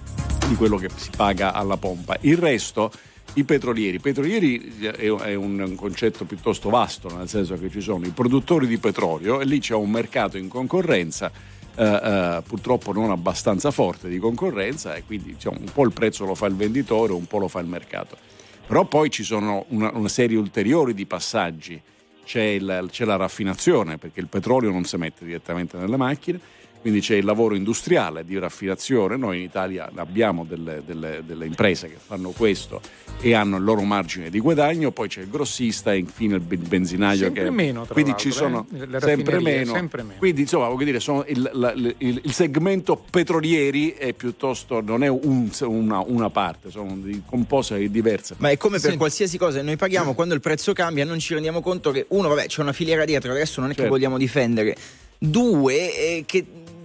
di quello che si paga alla pompa, il resto i petrolieri. I petrolieri è un concetto piuttosto vasto, nel senso che ci sono i produttori di petrolio e lì c'è un mercato in concorrenza, eh, eh, purtroppo non abbastanza forte di concorrenza, e quindi diciamo, un po' il prezzo lo fa il venditore, un po' lo fa il mercato. Però poi ci sono una, una serie ulteriori di passaggi, c'è, il, c'è la raffinazione, perché il petrolio non si mette direttamente nelle macchine, quindi c'è il lavoro industriale di raffinazione. Noi in Italia abbiamo delle, delle, delle imprese che fanno questo e hanno il loro margine di guadagno, poi c'è il grossista e infine il benzinaio sempre che meno, tra quindi l'altro, ci sono eh? sempre, meno. sempre meno quindi insomma voglio dire sono il, la, il, il segmento petrolieri è piuttosto non è un, una, una parte, sono di composte diverse. Ma è come per sì. qualsiasi cosa noi paghiamo, quando il prezzo cambia non ci rendiamo conto che uno, vabbè, c'è una filiera dietro, adesso non è certo. che vogliamo difendere, due eh, che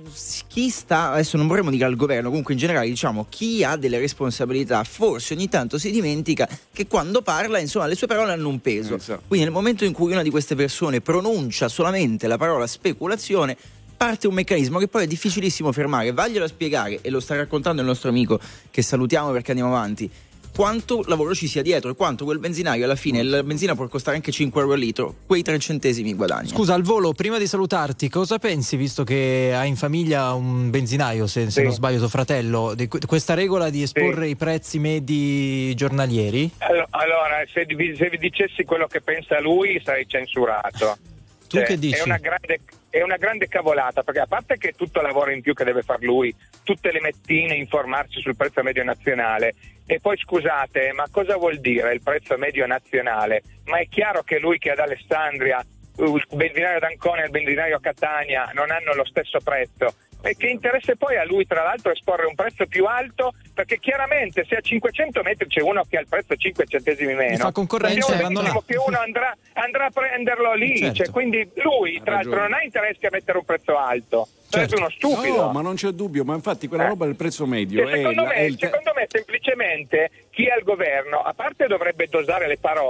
chi sta, adesso non vorremmo dire al governo, comunque in generale diciamo chi ha delle responsabilità forse ogni tanto si dimentica che quando parla, insomma, le sue parole hanno un peso. Esatto. Quindi nel momento in cui una di queste persone pronuncia solamente la parola speculazione, parte un meccanismo che poi è difficilissimo fermare. Vaglielo a spiegare, e lo sta raccontando il nostro amico che salutiamo perché andiamo avanti, quanto lavoro ci sia dietro e quanto quel benzinaio alla fine, la benzina può costare anche cinque euro al litro, quei tre centesimi guadagni. Scusa, al volo, prima di salutarti, cosa pensi, visto che hai in famiglia un benzinaio, se, se sì. non sbaglio tuo fratello, di questa regola di esporre sì. i prezzi medi giornalieri? Allora, se vi, se vi dicessi quello che pensa lui sarei censurato. Tu cioè, che dici? È una grande... È una grande cavolata, perché a parte che tutto lavoro in più che deve far lui, tutte le mattine informarsi sul prezzo medio nazionale, e poi scusate, ma cosa vuol dire il prezzo medio nazionale? Ma è chiaro che lui che ad Alessandria, il benzinaio d'Ancona e il benzinaio a Catania non hanno lo stesso prezzo. E che interesse poi a lui tra l'altro esporre un prezzo più alto, perché chiaramente se a cinquecento metri c'è uno che ha il prezzo cinque centesimi meno, mi fa concorrenza e vanno là. Che uno andrà, andrà a prenderlo lì, certo. cioè, quindi lui tra l'altro non ha interesse a mettere un prezzo alto, sarebbe certo. uno stupido. No, ma non c'è dubbio, ma infatti quella eh. roba del prezzo medio Cioè, è, secondo, la, me, è il te- secondo me semplicemente chi è al governo, a parte dovrebbe dosare le parole,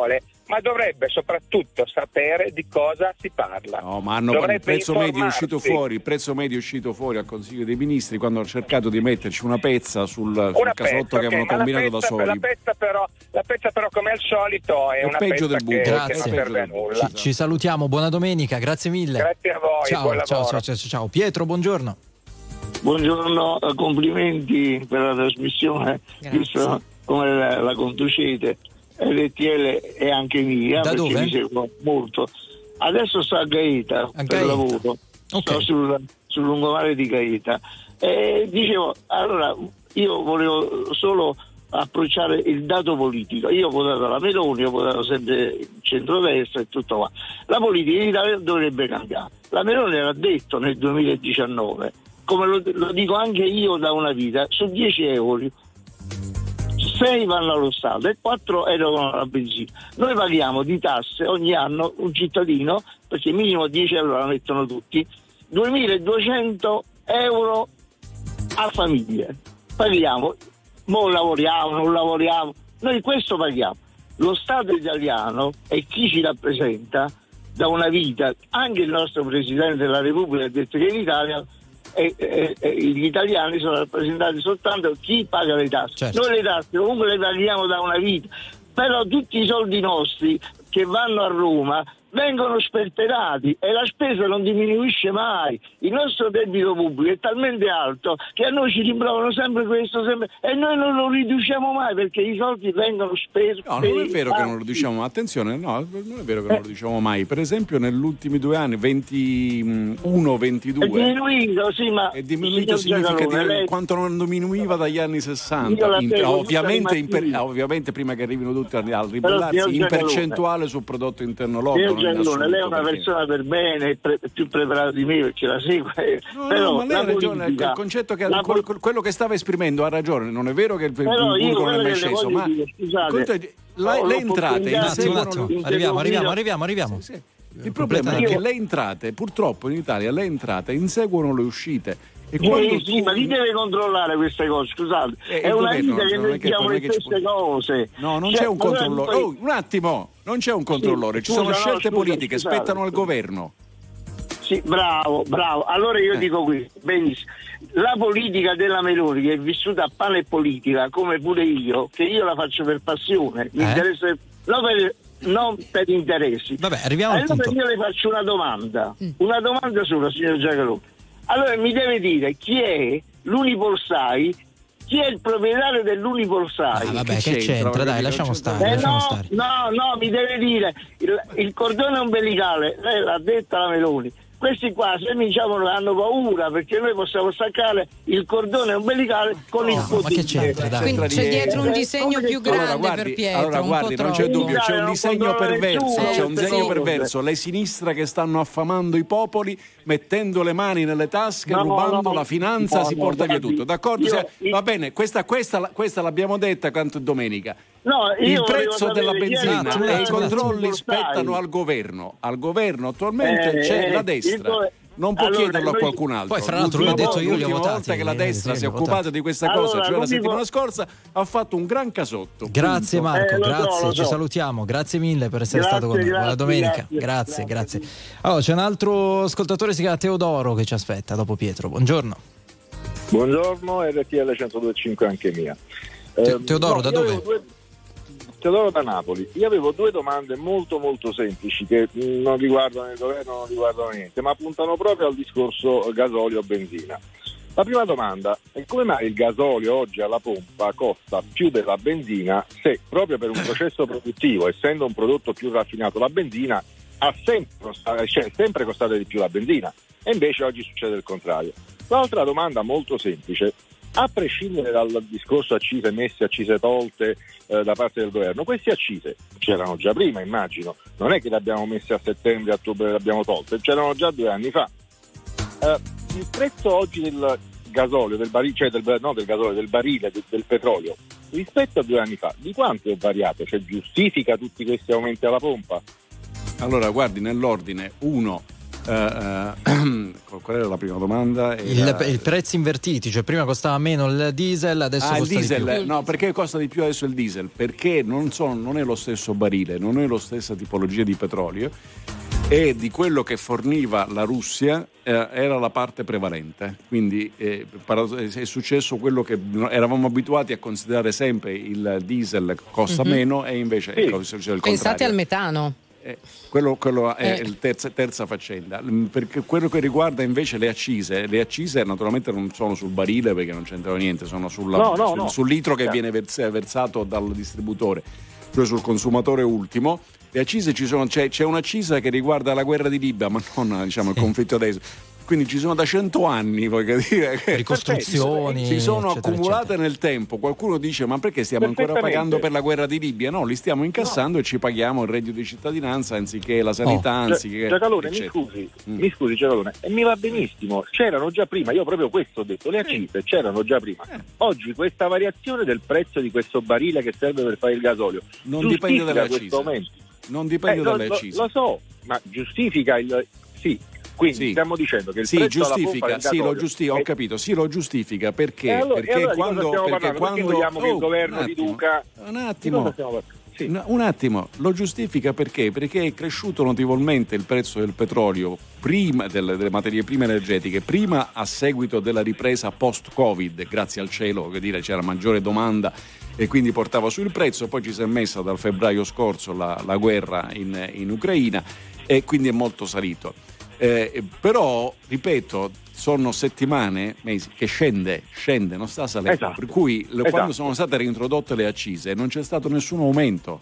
ma dovrebbe soprattutto sapere di cosa si parla. No, ma hanno Dovrebbe il prezzo medio è informarsi. uscito fuori, il prezzo medio è uscito fuori al Consiglio dei Ministri quando hanno cercato di metterci una pezza sul, sul Una casotto pezza, che ok, avevano ma la combinato da pezza- soli. La pezza però, la pezza però come al solito è, È una peggio pezza del buco. che, che Grazie. non serve a nulla. Ci, ci salutiamo, buona domenica, grazie mille. Grazie a voi, ciao, buon ciao, lavoro. ciao, ciao, ciao. Pietro, buongiorno. Buongiorno, eh, complimenti per la trasmissione, Grazie. visto come la, la conducete. R T L è anche mia, Da perché dove? mi seguo molto. Adesso sto a Gaeta A per Gaeta. lavoro, Ok. sto sul, sul lungomare di Gaeta. E dicevo, allora io volevo solo approcciare il dato politico. Io ho votato la Meloni, ho votato sempre il centrodestra e tutto qua. La politica in Italia dovrebbe cambiare. La Meloni l'ha detto nel duemiladiciannove, come lo, lo dico anche io da una vita, su dieci euro sei vanno allo Stato e quattro erogano la benzina. Noi paghiamo di tasse ogni anno un cittadino, perché minimo dieci euro la mettono tutti, duemiladuecento euro a famiglia. Paghiamo, mo lavoriamo, non lavoriamo, noi questo paghiamo. Lo Stato italiano e chi ci rappresenta da una vita, anche il nostro Presidente della Repubblica ha detto che in Italia E, e, e gli italiani sono rappresentati soltanto chi paga le tasse. Certo. Noi le tasse comunque le paghiamo da una vita, però tutti i soldi nostri che vanno a Roma vengono sperperati e la spesa non diminuisce mai. Il nostro debito pubblico è talmente alto che a noi ci rimprovano sempre questo sempre, e noi non lo riduciamo mai perché i soldi vengono spesi. No, non è vero che non lo diciamo, attenzione, no, non è vero che non lo diciamo mai. Per esempio, negli ultimi due anni, ventuno ventidue, È diminuito, sì, ma è diminuito signor significativamente Giacalone, lei- quanto non diminuiva dagli anni Io sessanta. la In- seguo tutte ovviamente, le in per- mattine. ovviamente, prima che arrivino tutti a Però, ribellarsi, signor in Giacalone, percentuale sul prodotto interno lordo. Signor non in Giannone, assoluto, lei è una perché- persona per bene, è pre- più preparata di me perché la segue. No, però no, ma lei la ha ragione, politica- il concetto che la quel- pol- quello che stava esprimendo ha ragione, non è vero che il, il Però io burgo non è quello mai che le sceso, voglio ma dire, scusate, conto è- la- ho le entrate l'opportunità Un attimo, un inseguono attimo. di- Arriviamo, arriviamo, Io- arriviamo, arriviamo. Sì, sì. Il problema è Io- che le entrate, purtroppo in Italia, le entrate inseguono le uscite. E Sì, quando sì, tu- ma li deve controllare queste cose, scusate. Eh, è il una governo, vita che non noi è che- diciamo non è le che ci stesse può- cose. No, non Cioè, c'è un allora controllore. poi- Oh, un attimo, non c'è un controllore, ci scusa, sono no, scelte scusa, politiche, scusate. spettano al governo. Sì, bravo, bravo. Allora io Eh. dico qui, benissimo. La politica della Meloni, che è vissuta a pane e politica, come pure io, che io la faccio per passione, mi Eh? interessa, no per, non per interessi. Vabbè, arriviamo al Allora punto. io le faccio una domanda, una domanda sola, signor Giacalone. Allora mi deve dire chi è l'Uniporsai, chi è il proprietario dell'Uniporsai. Ah, vabbè, Che che c'entra, c'entra? voglio Dai, dire, lasciamo non c'entra- stare, Eh lasciamo no, stare. no, no, mi deve dire il, il cordone ombelicale, lei l'ha detta la Meloni. Questi qua se diciamo hanno paura perché noi possiamo staccare il cordone ombelicale con il No, ma che potere. c'entra? Dai. Quindi c'è di- dietro un Eh, disegno come più che- grande Allora, guardi, per Pietro, allora, un guardi, po' non c'è troppo. dubbio, c'è un Non disegno controlla perverso, nessuno, c'è un queste disegno cose. perverso, le sinistre che stanno affamando i popoli, mettendo le mani nelle tasche, No, rubando no, la finanza, no, si no, porta via guardi, tutto. D'accordo? io- Se- io- va bene, questa, questa, questa l'abbiamo detta quanto domenica. No, io Il volevo prezzo sapere della chi è il benzina attimo, e i attimo, controlli attimo. spettano al governo. Al governo attualmente Eh, c'è la il destra. go- Non può allora, chiederlo a noi- qualcun altro. Poi, fra l'altro, lui ha L'ultima detto, io li ho l'ultima votati, volta che la eh, destra sì, si è li ho occupata votati. di questa Allora, cosa, cioè la l'unico- settimana scorsa, ha fatto un gran casotto. Grazie Punto. Marco, Eh, lo so, grazie, lo ci so. salutiamo, grazie mille per essere Grazie, stato con noi. Buona grazie, domenica, grazie, grazie, grazie. grazie. Allora, c'è un altro ascoltatore, si chiama Teodoro, che ci aspetta dopo Pietro. Buongiorno. Buongiorno, R T L centodue e cinque anche mia. Te- Ehm, Teodoro, no, da io dove? avevo due- Teodoro da Napoli. Io avevo due domande molto molto semplici che mh, non riguardano il governo, non riguardano niente, ma puntano proprio al discorso gasolio o benzina. La prima domanda è come mai il gasolio oggi alla pompa costa più della benzina se proprio per un processo produttivo, essendo un prodotto più raffinato, la benzina ha sempre costato, cioè, sempre costato di più la benzina, e invece oggi succede il contrario. L'altra domanda molto semplice: a prescindere dal discorso accise messe, accise tolte eh, da parte del governo, queste accise c'erano già prima, immagino, non è che le abbiamo messe a settembre, a ottobre le abbiamo tolte, c'erano già due anni fa. Eh, il prezzo oggi del gasolio, del barile, cioè del, no, del gasolio, del barile, del, del petrolio, rispetto a due anni fa, di quanto è variato? Cioè giustifica tutti questi aumenti alla pompa? Allora, guardi, nell'ordine, uno, Uh, uh, qual era la prima domanda? Era... Il, il prezzi invertiti, cioè prima costava meno il diesel, adesso ah, costa il diesel, di più. No, perché costa di più adesso il diesel? Perché non, sono, non è lo stesso barile, non è la stessa tipologia di petrolio, e di quello che forniva la Russia eh, era la parte prevalente. Quindi eh, è successo quello che eravamo abituati a considerare sempre: il diesel costa mm-hmm. meno, e invece sì. è il contrario. Pensate al metano. Eh, quello, quello è eh. la terza, terza faccenda. Perché quello che riguarda invece le accise, le accise naturalmente non sono sul barile, perché non c'entrano niente, sono sulla, no, no, sul, no. sul litro che Yeah. viene vers- versato dal distributore, cioè sul consumatore ultimo. Le accise ci sono, c'è, c'è un'accisa che riguarda la guerra di Libia, ma non diciamo il conflitto adesso. Quindi ci sono da cento anni, voglio dire, che ricostruzioni si sono eccetera, accumulate eccetera. nel tempo. Qualcuno dice: ma perché stiamo ancora pagando per la guerra di Libia? No, li stiamo incassando no. e ci paghiamo il reddito di cittadinanza anziché la sanità, oh. anziché Giacalone, mi scusi, mm. mi scusi Giacalone, e mi va benissimo, c'erano già prima, io proprio questo ho detto, le accise c'erano già prima. Eh. Oggi questa variazione del prezzo di questo barile che serve per fare il gasolio non dipende dalle accise. Non dipende eh, dalle lo, accise. Lo so, ma giustifica il sì. Quindi sì. stiamo dicendo che il sì, prezzo giustifica, alla pompa sì, del lo giusti- ho capito, sì, lo giustifica perché? E allora, perché e allora quando, perché perché quando perché vogliamo oh, che il governo un di attimo, Duca un attimo, sì. un, un attimo, lo giustifica perché? Perché è cresciuto notevolmente il prezzo del petrolio, prima delle, delle materie prime energetiche, prima a seguito della ripresa post-Covid, grazie al cielo, che dire, c'era maggiore domanda e quindi portava su il prezzo. Poi ci si è messa dal febbraio scorso la, la guerra in, in Ucraina e quindi è molto salito. Eh, però, ripeto, sono settimane, mesi, che scende, scende, non sta salendo. Esatto. Per cui Esatto. quando sono state reintrodotte le accise non c'è stato nessun aumento.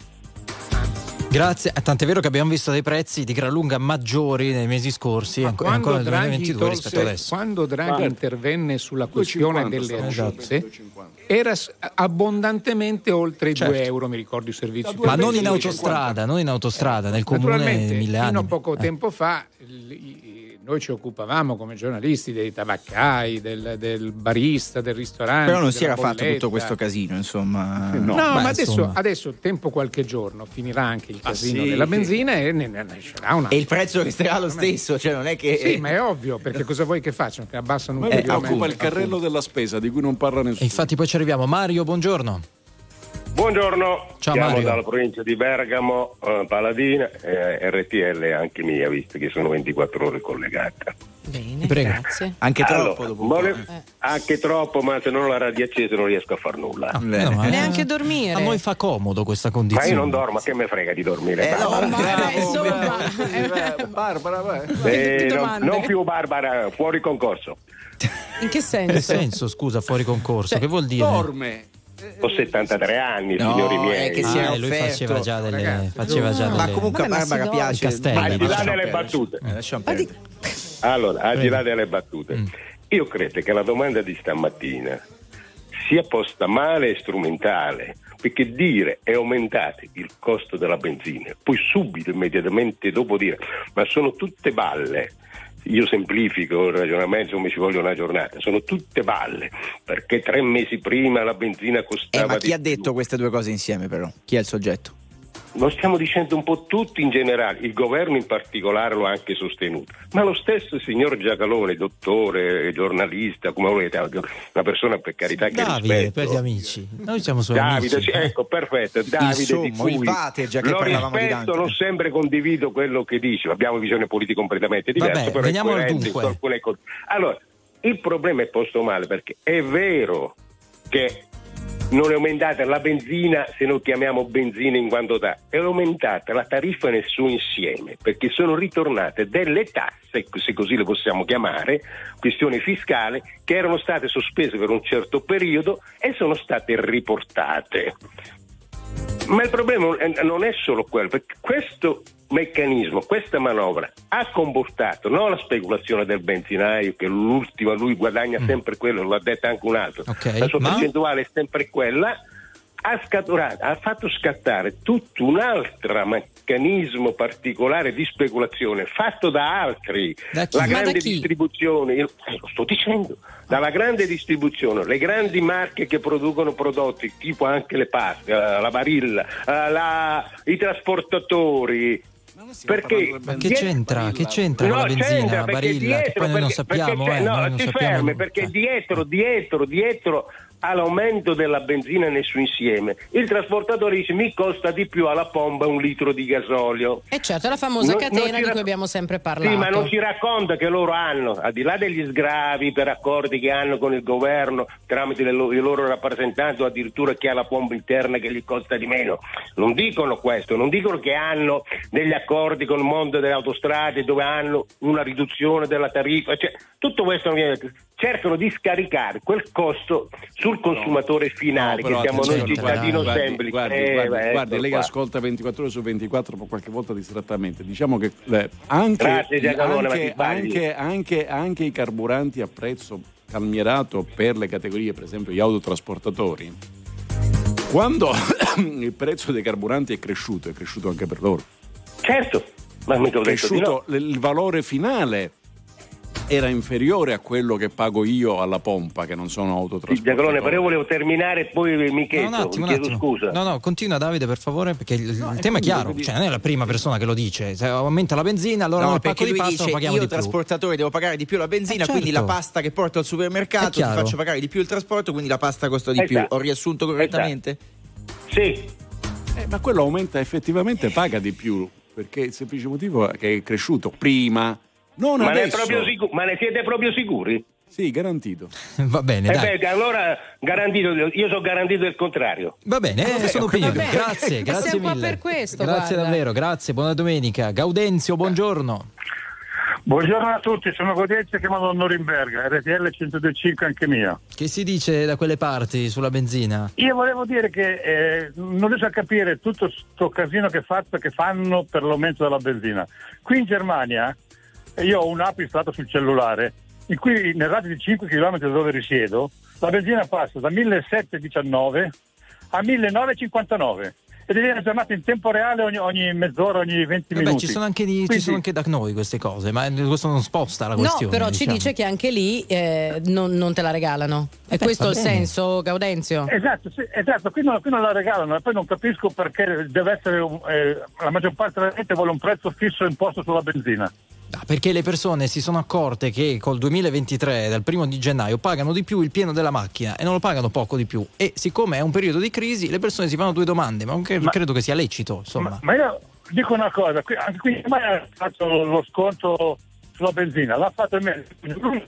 Grazie, tant'è vero che abbiamo visto dei prezzi di gran lunga maggiori nei mesi scorsi, Ma ancora, ancora nel duemilaventidue tolse, rispetto adesso. Quando Draghi ah. intervenne sulla questione delle accise, esatto. era abbondantemente oltre i certo. due euro, mi ricordo i servizi Ma pubblici. non in autostrada, non in autostrada, nel comune Naturalmente, mille fino anni. a poco eh. tempo fa il, noi ci occupavamo come giornalisti dei tabaccai, del, del barista, del ristorante. Però non si era bolletta. fatto tutto questo casino, insomma. No, no ma beh, adesso, insomma. adesso, tempo qualche giorno, finirà anche il casino ah, sì, della sì. benzina e ne, ne nascerà una. E il prezzo resterà lo stesso, cioè non è che. Sì, ma è ovvio, perché cosa vuoi che facciano? Che abbassano un Ma mi po' preoccupa il carrello della spesa di cui non parla nessuno. E infatti poi ci arriviamo. Mario, buongiorno. Buongiorno, ciao siamo Mario. dalla provincia di Bergamo, eh, Paladina, eh, R T L anche mia, visto che sono ventiquattro ore collegata. Bene, Prego. grazie. Anche Allora, troppo dopo un vole- po', eh. Anche troppo, ma se non ho la radio accesa non riesco a far nulla. Ah, meno male. Neanche dormire. A noi fa comodo questa Ma condizione. io non dormo, che me frega di dormire? Eh, no, Barbara? Ma eh, insomma, Barbara, vai. Eh, che non, domande. non più Barbara, fuori concorso. in che Che senso? senso, scusa, fuori concorso? Cioè, che vuol dire? Dorme. Ho settantatré anni, No, signori è miei. che si Ah, è e lui offerto. faceva già delle, Ragazzi, faceva già Ma delle... comunque a Vabbè, ma Barbara si piace. Castelli, Al di là lasciamo delle perdere. battute. Eh, lasciamo Ma di- perdere. Allora, al di là delle battute, io credo che la domanda di stamattina sia posta male e strumentale, perché dire è aumentato il costo della benzina, poi subito, immediatamente dopo dire ma sono tutte balle, io semplifico il ragionamento come ci voglio una giornata, sono tutte balle, perché tre mesi prima la benzina costava Eh, ma chi di ha detto più. queste due cose insieme però? Chi è il soggetto? Lo stiamo dicendo un po' tutti in generale, il governo in particolare lo ha anche sostenuto, ma lo stesso signor Giacalone, dottore, giornalista, come volete, una persona per carità che Davide, rispetto. per gli amici. Noi siamo solo Davide, amici. sì, ecco, perfetto, Davide Il di sommo, il cui Vater, già che lo parlavamo di rispetto, Dante. non sempre condivido quello che dice, abbiamo visione politica completamente diversa, Vabbè, però è veniamo al coerente dunque. su alcune cose. Allora, il problema è posto male perché è vero che non è aumentata la benzina, se non chiamiamo benzina in quanto tale, è aumentata la tariffa nel suo insieme, perché sono ritornate delle tasse, se così le possiamo chiamare, questione fiscale, che erano state sospese per un certo periodo e sono state riportate. Ma il problema non è solo quello, perché questo meccanismo, questa manovra ha comportato non la speculazione del benzinaio, che l'ultima lui guadagna mm. sempre quello, l'ha detto anche un altro, Okay, la sua ma... percentuale è sempre quella, ha, scatturato, ha fatto scattare tutto un altro meccanismo particolare di speculazione fatto da altri, Da chi? la Ma grande da chi? distribuzione, io, eh, lo sto dicendo, dalla grande distribuzione, le grandi marche che producono prodotti tipo anche le paste, la Barilla, la, i trasportatori, Perché ma che c'entra? Che c'entra con no, la benzina, perché Barilla? dietro, Che poi noi non perché, sappiamo, perché, eh, no, noi non ti sappiamo. fermi, perché dietro, dietro, dietro all'aumento della benzina nel suo insieme, il trasportatore dice mi costa di più alla pompa un litro di gasolio. E certo, è la famosa Non- catena non ci di rac- cui abbiamo sempre parlato. Sì, ma non ci racconta che loro hanno, al di là degli sgravi per accordi che hanno con il governo tramite le lo- i loro rappresentanti o addirittura chi ha la pompa interna che gli costa di meno, non dicono questo, non dicono che hanno degli accordi con il mondo delle autostrade dove hanno una riduzione della tariffa, cioè, tutto questo non viene detto. Cercano di scaricare quel costo sul consumatore finale, No, che però siamo noi attenzione, cittadino guardi, semplici. Guardi, Eh, guardi, beh, guardi, ecco lei qua. ascolta ventiquattro ore su ventiquattro, qualche volta distrattamente. Diciamo che eh, anche, Grazie, Giacalone, ma ti anche, sbagli. anche, anche, anche i carburanti a prezzo calmierato per le categorie, per esempio gli autotrasportatori, quando il prezzo dei carburanti è cresciuto, è cresciuto anche per loro. Certo, ma mica ho È detto di no. cresciuto, il valore finale era inferiore a quello che pago io alla pompa, che non sono Sì, autotrasportatore. Giacalone, però io volevo terminare e poi mi No, chiedo, un attimo, mi un chiedo attimo. scusa. No, no, continua Davide per favore, perché il, il No, tema è quindi chiaro, voglio cioè dire- non è la prima persona che lo dice, se aumenta la benzina allora No, noi il perché pacco di lui pasta lo dice paghiamo io di più. trasportatore devo pagare di più la benzina, Eh, quindi certo. la pasta che porto al È supermercato ti chiaro. faccio pagare di più il trasporto, quindi la pasta costa di più. Esatto. Ho riassunto correttamente? Sì, Eh, ma quello aumenta effettivamente, paga di più, perché il semplice motivo è che è cresciuto prima, non ma ne, è adesso. proprio sicu- ma ne siete proprio sicuri? Sì, garantito. Va bene, Eh dai. beh, allora garantito, io sono garantito del contrario. Va bene, eh, sono ho capito. opinioni. Va bene. Grazie, Ma grazie siamo qua mille. per questo, Grazie guarda. davvero, grazie, buona domenica. Gaudenzio, buongiorno. Buongiorno a tutti, sono Gaudenzio, chiamato da Norimberga, R T L centodue e cinque anche mia. Che si dice da quelle parti sulla benzina? Io volevo dire che eh, non riesco a capire tutto sto casino che, fatto, che fanno per l'aumento della benzina. Qui in Germania eh, io ho un'app installata sul cellulare in cui nel raggio di cinque chilometri da dove risiedo la benzina passa da millesettecentodiciannove a millenovecentottantanove e viene aggiornata in tempo reale ogni, ogni mezz'ora, ogni venti Vabbè, minuti. ci sono, anche di- ci Quindi- sono anche da noi queste cose, ma questo non sposta la No, questione. però ci diciamo. dice che anche lì eh, non, non te la regalano. È Beh, questo va il bene. senso, Gaudenzio? Esatto, sì, esatto. Qui, non, qui non la regalano e poi non capisco perché deve essere un- eh, la maggior parte della gente vuole un prezzo fisso imposto sulla benzina. Ah, perché le persone si sono accorte che col duemilaventitré, dal primo di gennaio, pagano di più il pieno della macchina e non lo pagano poco di più. E siccome è un periodo di crisi, le persone si fanno due domande, ma, anche, Ma- credo che sia lecito, insomma. Ma, ma io dico una cosa, qui, anche qui in Germania ha fatto lo sconto sulla benzina, l'ha fatto il mese.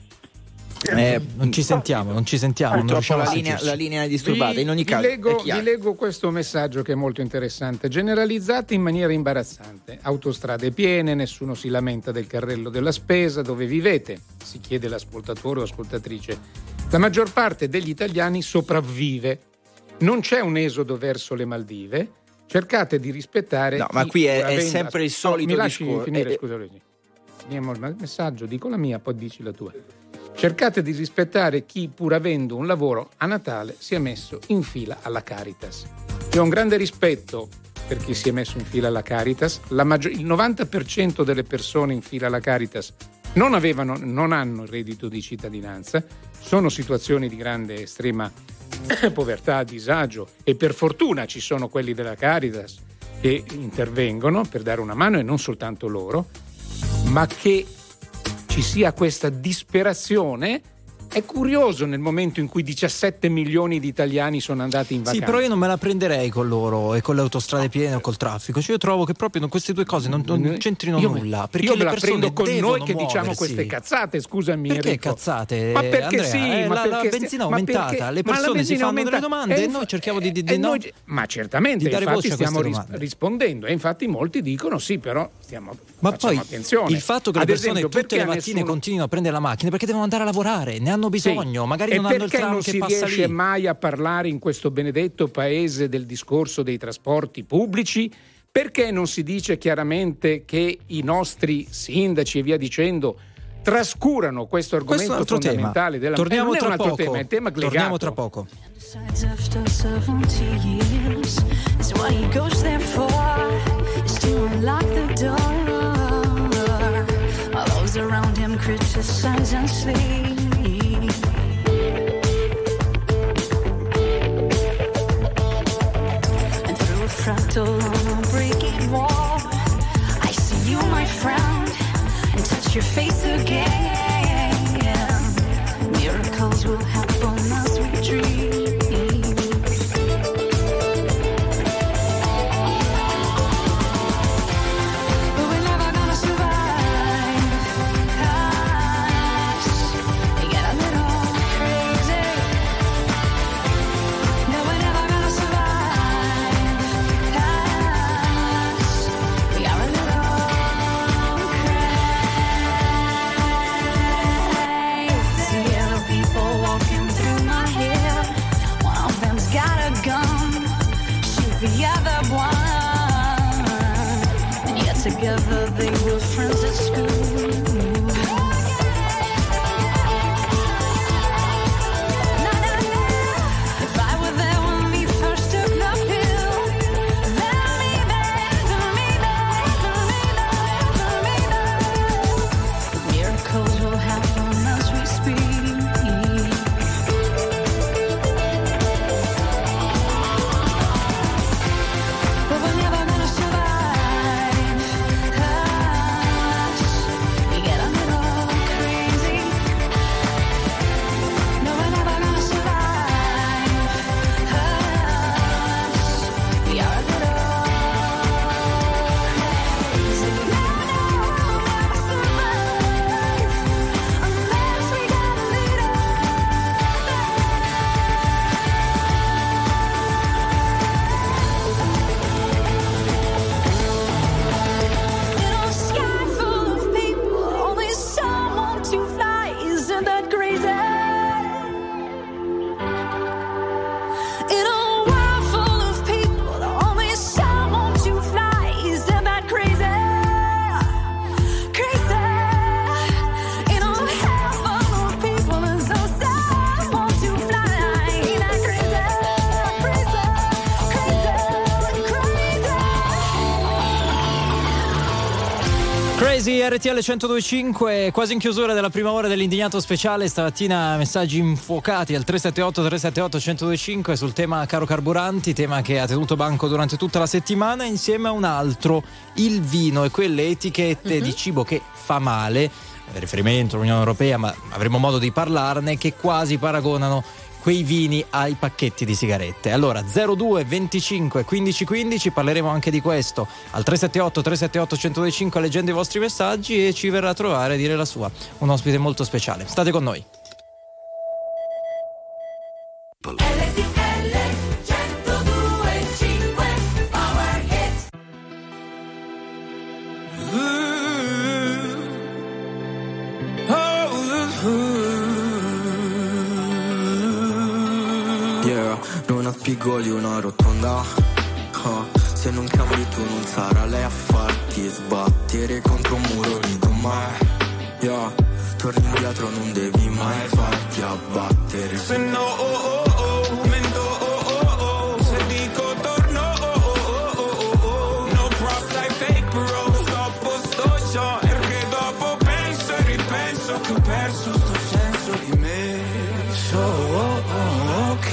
Eh, non ci sentiamo, non ci sentiamo. Non Purtroppo riusciamo a la linea, sentirci. la linea è disturbata. Vi- In ogni vi caso, leggo, è chiaro. vi leggo questo messaggio che è molto interessante. Generalizzate in maniera imbarazzante. Autostrade piene, nessuno si lamenta del carrello della spesa. Dove vivete? Si chiede l'ascoltatore o ascoltatrice. La maggior parte degli italiani sopravvive. Non c'è un esodo verso le Maldive. Cercate di rispettare. No, ma chi, qui è- pur è avendo- sempre il solito mi lasci discorso. finire, Eh, scusa Luigi. Finiamo il messaggio, dico la mia, poi dici la tua. Cercate di rispettare chi, pur avendo un lavoro a Natale, si è messo in fila alla Caritas. Io ho un grande rispetto per chi si è messo in fila alla Caritas. La maggior- il novanta per cento delle persone in fila alla Caritas non avevano, non hanno il reddito di cittadinanza, sono situazioni di grande estrema povertà, disagio, e per fortuna ci sono quelli della Caritas che intervengono per dare una mano, e non soltanto loro, ma che ci sia questa disperazione è curioso nel momento in cui diciassette milioni di italiani sono andati in Sì, vacanza. però io non me la prenderei con loro e con le autostrade piene o col traffico. Cioè, io trovo che proprio non- queste due cose non, non c'entrino Io me- nulla. Perché io me le la persone prendo con devono noi che diciamo muoversi. queste cazzate, scusami Perché Enrico. cazzate? Ma perché Andrea? sì, Eh, ma la, perché la benzina è ma aumentata, perché- le ma la persone si benzina fanno aumenta- delle domande e e inf- noi cerchiamo di, di, e di- no, noi- ma certamente, di dare infatti voce a stiamo queste ris- domande. rispondendo, e infatti molti dicono sì, però stiamo Ma facciamo poi attenzione. il fatto che le Ad persone esempio, tutte perché le a mattine nessuno- continuino a prendere la macchina perché devono andare a lavorare, ne hanno bisogno, Sì. magari E non hanno il perché tram non che si passa riesce lì. mai a parlare in questo benedetto paese del discorso dei trasporti pubblici? Perché non si dice chiaramente che i nostri sindaci e via dicendo trascurano questo argomento Questo è un altro tema. fondamentale della Torniamo eh, non è tra un altro poco. tema, è un tema legato. Torniamo tra poco. After seventy years, is what he goes there for, is to unlock the door. All those around him criticize and sleep. And through a fractal on a breaking wall, I the other one. And yet together they were friends at school. R T L centodue e cinque, quasi in chiusura della prima ora dell'Indignato Speciale. Stamattina messaggi infuocati al tre sette otto tre sette otto uno zero due cinque sul tema caro carburanti, tema che ha tenuto banco durante tutta la settimana, insieme a un altro, il vino e quelle etichette uh-huh. di cibo che fa male, riferimento all'Unione Europea, ma avremo modo di parlarne, che quasi paragonano quei vini ai pacchetti di sigarette. Allora zero due venticinque quindici quindici, parleremo anche di questo al tre sette otto tre sette otto uno zero due cinque leggendo i vostri messaggi, e ci verrà a trovare a dire la sua un ospite molto speciale. State con noi. Spigoli una rotonda, oh, se non cambi tu non sarà lei a farti sbattere contro un muro di gomma, yeah. Torni indietro, non devi mai farti abbattere. Se no, oh, oh, oh, mento, oh, oh, oh, se dico torno, oh, oh, oh, oh, oh, no props like fake bro, stoppo sto ciò, perché dopo penso e ripenso che ho perso sto senso di me. So, oh, oh, ok.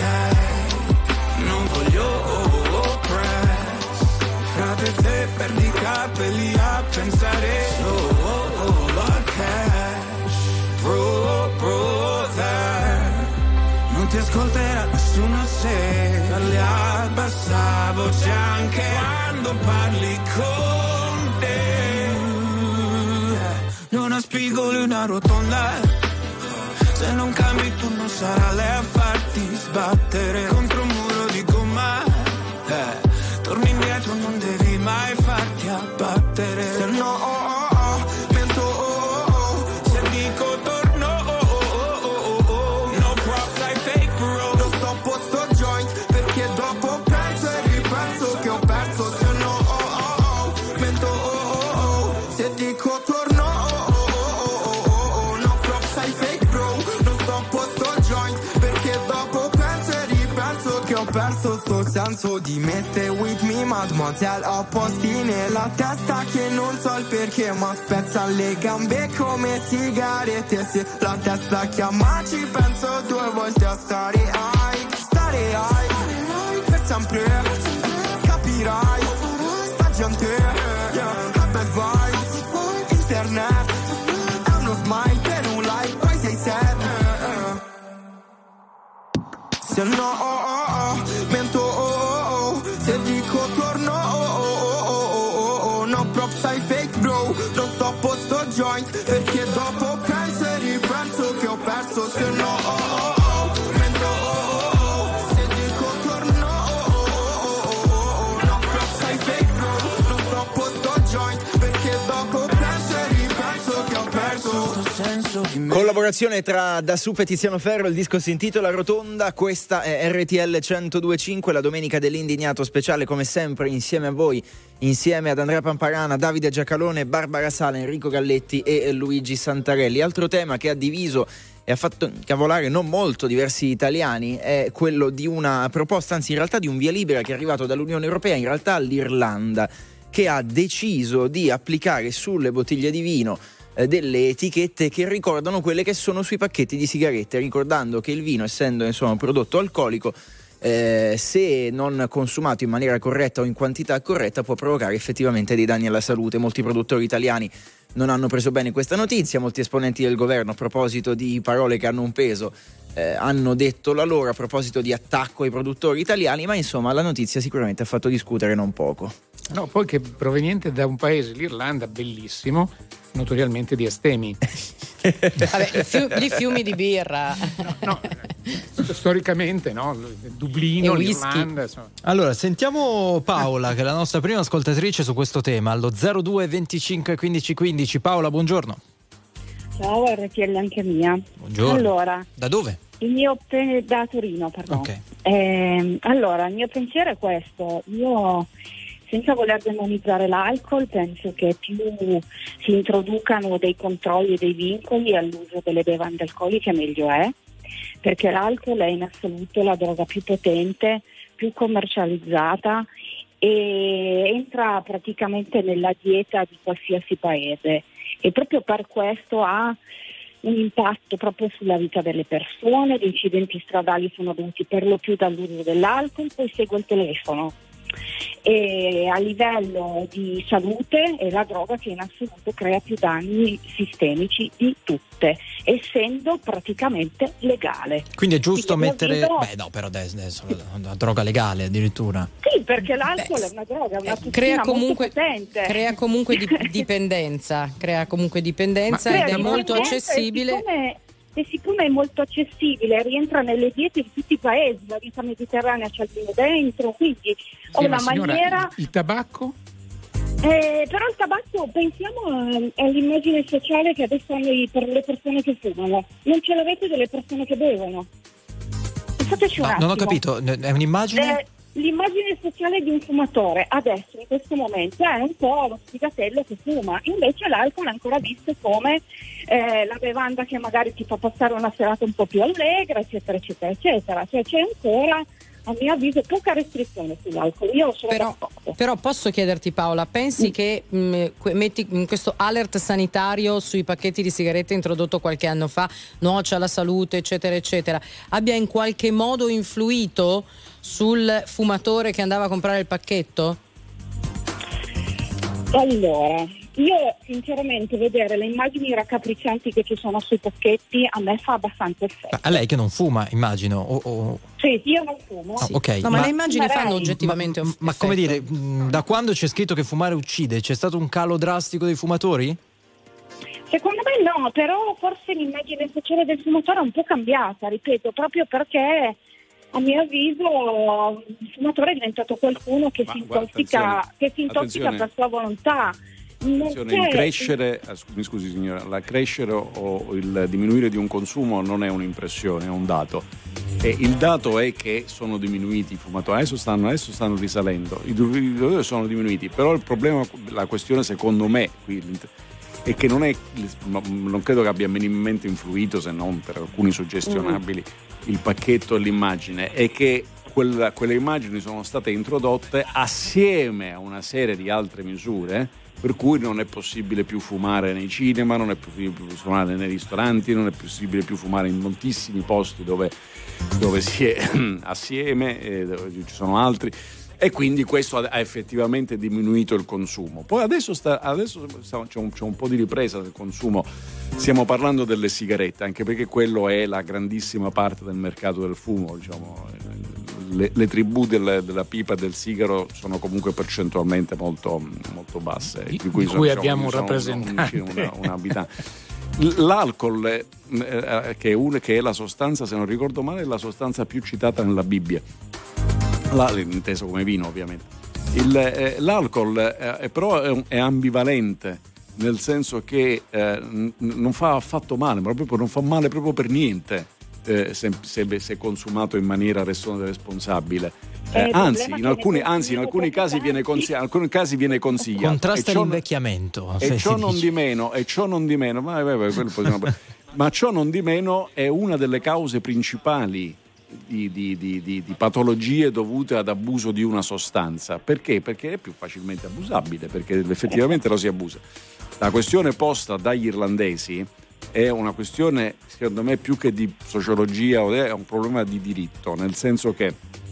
Te perdi i capelli a pensare solo al cash, bro, brother. Non ti ascolterà nessuno se parli a bassa voce anche quando parli con te. Non ha spigoli una rotonda, se non cambi tu non sarà lei a farti sbattere contro un muro di gomma, eh. Torni indietro, non devi mai farti abbattere. Se no, oh, oh, oh, mento, oh, oh, oh, se dico torno, oh, oh, oh, oh, oh, no props like fake bro. Non stoppo sto joint, perché dopo penso e ripenso che ho perso. Se no, oh, oh, oh, mento, oh, oh, oh, se dico torno, oh, oh, oh, oh, oh, no props like fake bro. Non stoppo sto joint, perché dopo penso e ripenso che ho perso sto senso di mente. With me mademoiselle, ho posti nella testa che non so il perché, ma spezza le gambe come sigarette. Se la testa chiama ci penso due volte a stare high, stare high, per sempre, capirai, sta gente, yeah, bad vibes, internet, è uno smile per un like, poi sei sad. Se no, oh, oh, oh, mento, oh, oh, oh, se dico torno, oh, oh, oh, oh, oh, oh, no props ai fake bro, non stoppo sto joint, perché dopo penso e ripenso che ho perso. Se no, oh, oh, oh, mento, oh, oh, oh, se dico torno, oh, oh, oh, oh, oh, no props ai fake bro, non stoppo sto joint, perché dopo penso e ripenso che ho perso sto senso Collaborazione tra Da Sup e Tiziano Ferro, il disco si intitola Rotonda, questa è R T L centodue e cinque, la domenica dell'Indignato Speciale, come sempre insieme a voi, insieme ad Andrea Pamparana, Davide Giacalone, Barbara Sala, Enrico Galletti e Luigi Santarelli. Altro tema che ha diviso e ha fatto incavolare non molto diversi italiani è quello di una proposta, anzi in realtà di un via libera che è arrivato dall'Unione Europea, in realtà all'Irlanda, che ha deciso di applicare sulle bottiglie di vino eh, delle etichette che ricordano quelle che sono sui pacchetti di sigarette, ricordando che il vino, essendo insomma un prodotto alcolico, eh, se non consumato in maniera corretta o in quantità corretta può provocare effettivamente dei danni alla salute. Molti produttori italiani non hanno preso bene questa notizia, molti esponenti del governo, a proposito di parole che hanno un peso, eh, hanno detto la loro a proposito di attacco ai produttori italiani, ma insomma la notizia sicuramente ha fatto discutere non poco. No, poi che proveniente da un paese, l'Irlanda, bellissimo, notoriamente di astemi. Vabbè, fiu- gli fiumi di birra. No, no, storicamente, no? Dublino, l'Irlanda. Insomma. Allora, sentiamo Paola, che è la nostra prima ascoltatrice su questo tema, allo zero due venticinque quindici quindici. Paola, buongiorno. Ciao, R T L anche mia. Buongiorno. Allora, da dove? Il mio pe- da Torino, pardon. Okay. Eh, allora, il mio pensiero è questo. Io, senza voler demonizzare l'alcol, penso che più si introducano dei controlli e dei vincoli all'uso delle bevande alcoliche meglio è, perché l'alcol è in assoluto la droga più potente, più commercializzata e entra praticamente nella dieta di qualsiasi paese, e proprio per questo ha un impatto proprio sulla vita delle persone. Gli incidenti stradali sono dovuti per lo più dall'uso dell'alcol, poi segue il telefono. E a livello di salute è la droga che in assoluto crea più danni sistemici di tutte, essendo praticamente legale. Quindi è giusto Quindi, mettere avviso... beh no però adesso una droga legale addirittura. Sì, perché l'alcol Beh, è una droga, una eh, crea comunque, molto potente. Crea comunque di, dipendenza, crea comunque dipendenza Ma ed è molto accessibile. E siccome è molto accessibile, rientra nelle diete di tutti i paesi, la dieta mediterranea c'è il vino dentro, quindi sì, ho una signora, maniera... Il tabacco? Eh, però il tabacco, pensiamo all'immagine sociale che adesso hanno per le persone che fumano, non ce l'avete delle persone che bevono. Pensateci un no, attimo. Non ho capito, è un'immagine? Eh, l'immagine sociale di un fumatore adesso, in questo momento, è un po' lo sfigatello che fuma, invece l'alcol è ancora visto come eh, la bevanda che magari ti fa passare una serata un po' più allegra, eccetera, eccetera, eccetera. Cioè c'è ancora, a mio avviso, poca restrizione sull'alcol. Io sono però, però posso chiederti, Paola, pensi mm. che mh, metti mh, questo alert sanitario sui pacchetti di sigarette introdotto qualche anno fa, nuoce alla salute, eccetera, eccetera, abbia in qualche modo influito sul fumatore che andava a comprare il pacchetto? Allora, io sinceramente vedere le immagini raccapriccianti che ci sono sui pacchetti a me fa abbastanza effetto. A lei che non fuma, immagino. O, o... Sì, io non fumo. Ah, okay. No, ma, ma le immagini fumerei. fanno oggettivamente ma, effetto. ma come dire, da quando c'è scritto che fumare uccide, c'è stato un calo drastico dei fumatori? Secondo me no, però forse l'immagine sociale del fumatore è un po' cambiata, ripeto, proprio perché a mio avviso il fumatore è diventato qualcuno che Ma, si guarda, intossica, attenzione, che si intossica attenzione. per sua volontà. Attenzione, il crescere, mi scusi signora, la crescere o il diminuire di un consumo non è un'impressione, è un dato. E il dato è che sono diminuiti i fumatori, adesso stanno, adesso stanno risalendo, i fumatori sono diminuiti, però il problema, la questione secondo me qui è che non è, non credo che abbia minimamente influito, se non per alcuni suggestionabili, mm. il pacchetto e l'immagine, è che quella, quelle immagini sono state introdotte assieme a una serie di altre misure, per cui non è possibile più fumare nei cinema, non è possibile più fumare nei ristoranti, non è possibile più fumare in moltissimi posti dove, dove si è assieme, eh, dove ci sono altri, e quindi questo ha effettivamente diminuito il consumo. Poi adesso, sta, adesso sta, c'è, un, c'è un po' di ripresa del consumo, stiamo parlando delle sigarette, anche perché quello è la grandissima parte del mercato del fumo, diciamo. Le, le tribù del, della pipa e del sigaro sono comunque percentualmente molto, molto basse, di, di cui, di cui sono, abbiamo diciamo, un rappresentante, un, un, un abitante. L'alcol, eh, che, è una, che è la sostanza, se non ricordo male, è la sostanza più citata nella Bibbia, la, inteso come vino ovviamente. Il, eh, l'alcol eh, però è, è ambivalente, nel senso che eh, n- non fa affatto male, ma proprio non fa male proprio per niente eh, se, se, se consumato in maniera responsabile. Eh, anzi, in alcuni, anzi, in alcuni casi viene consigliato, in alcuni casi viene consigliato. Contrasta e ciò, l'invecchiamento. E ciò non di meno, e ciò non di meno, ma, ma, possiamo, ma ciò non di meno è una delle cause principali di, di, di, di, di patologie dovute ad abuso di una sostanza. Perché? Perché è più facilmente abusabile, perché effettivamente lo si abusa. La questione posta dagli irlandesi è una questione, secondo me, più che di sociologia, è un problema di diritto, nel senso che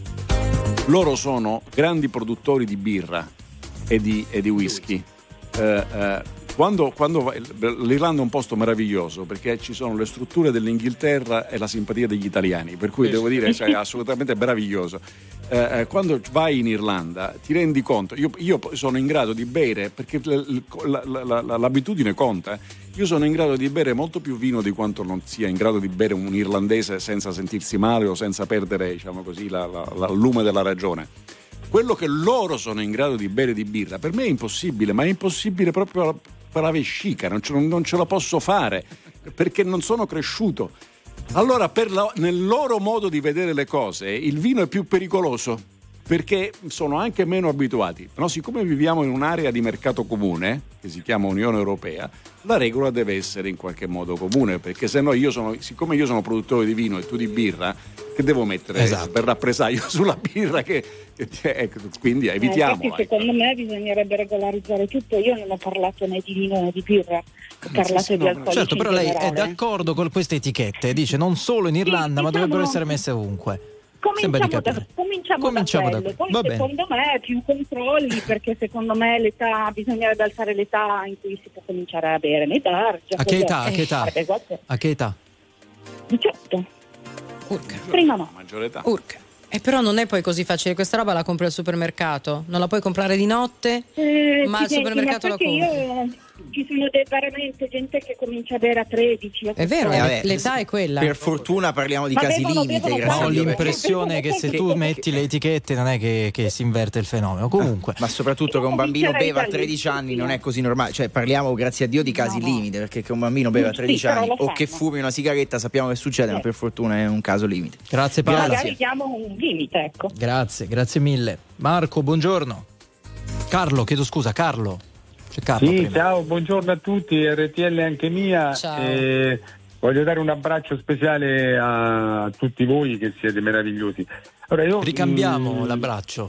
loro sono grandi produttori di birra e di, e di whisky. Eh, eh, quando, quando l'Irlanda è un posto meraviglioso perché ci sono le strutture dell'Inghilterra e la simpatia degli italiani, per cui devo dire, cioè, è assolutamente meraviglioso. Eh, quando vai in Irlanda ti rendi conto, io, io sono in grado di bere, perché la, la, la, l'abitudine conta, io sono in grado di bere molto più vino di quanto non sia in grado di bere un irlandese senza sentirsi male o senza perdere, diciamo così, la, la, la lume della ragione. Quello che loro sono in grado di bere di birra per me è impossibile, ma è impossibile proprio per la vescica, non ce, non ce la posso fare perché non sono cresciuto. Allora, per la, nel loro modo di vedere le cose, il vino è più pericoloso perché sono anche meno abituati. Però siccome viviamo in un'area di mercato comune, che si chiama Unione Europea, la regola deve essere in qualche modo comune, perché se no io sono, siccome io sono produttore di vino e tu di birra, che devo mettere esatto. per rappresaglia sulla birra che, che ecco, quindi evitiamo. Eh, secondo me bisognerebbe regolarizzare tutto. Io non ho parlato né di vino né di birra, ho parlato sì, sì, di no, alcolici. Certo, però in lei generale. è d'accordo con queste etichette, dice non solo in Irlanda, sì, ma diciamo, dovrebbero essere messe ovunque. Cominciamo, da, cominciamo, cominciamo da quello. Poi secondo me più controlli, perché secondo me l'età, bisognerebbe alzare l'età in cui si può cominciare a bere nei bar. A che età? A che età? A che età? diciotto. Urca. Prima no. Maggiore età. Urca. E però non è poi così facile, questa roba la compri al supermercato, non la puoi comprare di notte, eh, ma al supermercato la compri. Io, ci sono de- veramente gente che comincia a bere a tredici. È vero, eh, vabbè, l'età è quella. Per fortuna parliamo di Ma casi bevono, limite. bevono, Ma ho grazie l'impressione che se tu metti le etichette non è che, che si inverte il fenomeno. Comunque, ma soprattutto che un bambino beva a tredici anni non è così normale. Cioè, parliamo, grazie a Dio, di casi no. limite, perché che un bambino beva a tredici sì, anni o che fumi una sigaretta sappiamo che succede, sì. ma per fortuna è un caso limite. Grazie Paola. Magari diamo un limite, ecco. Grazie, grazie mille. Marco, buongiorno. Carlo, chiedo scusa, Carlo. C'è Carlo sì, prima. ciao, buongiorno a tutti, R T L anche mia. Eh, voglio dare un abbraccio speciale a tutti voi che siete meravigliosi. Allora, io, Ricambiamo mh, l'abbraccio.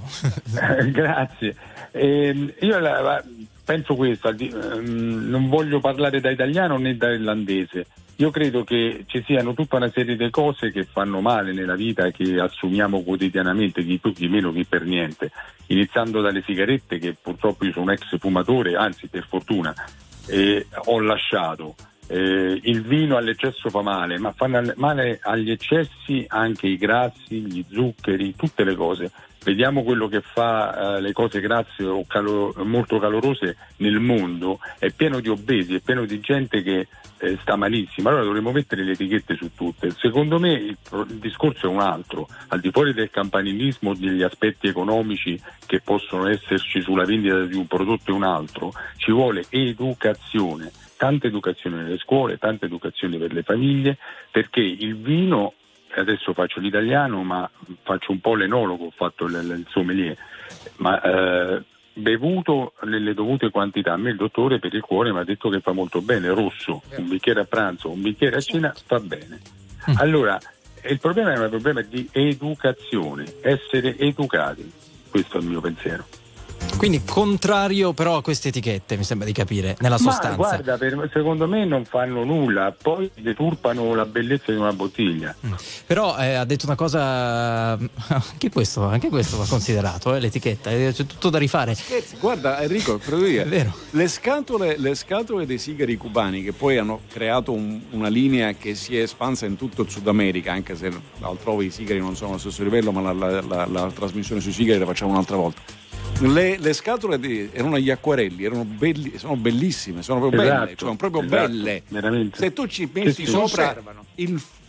Grazie. Eh, io la, la, penso questo, mh, non voglio parlare da italiano né da irlandese. Io credo che ci siano tutta una serie di cose che fanno male nella vita, che assumiamo quotidianamente, di più di meno che per niente, iniziando dalle sigarette, che purtroppo io sono un ex fumatore, anzi per fortuna eh, ho lasciato. Eh, il vino all'eccesso fa male, ma fanno male agli eccessi anche i grassi, gli zuccheri, tutte le cose. Vediamo quello che fa eh, le cose grasse o calo- molto calorose nel mondo, è pieno di obesi, è pieno di gente che eh, sta malissimo. Allora dovremmo mettere le etichette su tutte. Secondo me il, il discorso è un altro, al di fuori del campanilismo, degli aspetti economici che possono esserci sulla vendita di un prodotto e un altro, ci vuole educazione, tanta educazione nelle scuole, tanta educazione per le famiglie, perché il vino, adesso faccio l'italiano ma faccio un po' l'enologo, ho fatto l- l- il sommelier, ma eh, bevuto nelle dovute quantità. A me il dottore per il cuore mi ha detto che fa molto bene, rosso, un bicchiere a pranzo, un bicchiere a cena, fa bene. Allora il problema è un problema di educazione, essere educati, questo è il mio pensiero. Quindi contrario però a queste etichette, mi sembra di capire, nella sostanza. Ma guarda, per, secondo me non fanno nulla, poi deturpano la bellezza di una bottiglia. Mm. Però eh, ha detto una cosa, anche questo, anche questo va considerato, eh, l'etichetta, c'è tutto da rifare. Scherzi, guarda Enrico, è vero. Le scatole, le scatole dei sigari cubani, che poi hanno creato un, una linea che si è espansa in tutto il Sud America, anche se altrove i sigari non sono allo stesso livello, ma la, la, la, la trasmissione sui sigari la facciamo un'altra volta. Le, le scatole di, erano gli acquarelli, erano belli, sono bellissime, sono proprio esatto, belle, cioè, proprio esatto, belle. Veramente. Se tu ci metti sì, sì, sopra il,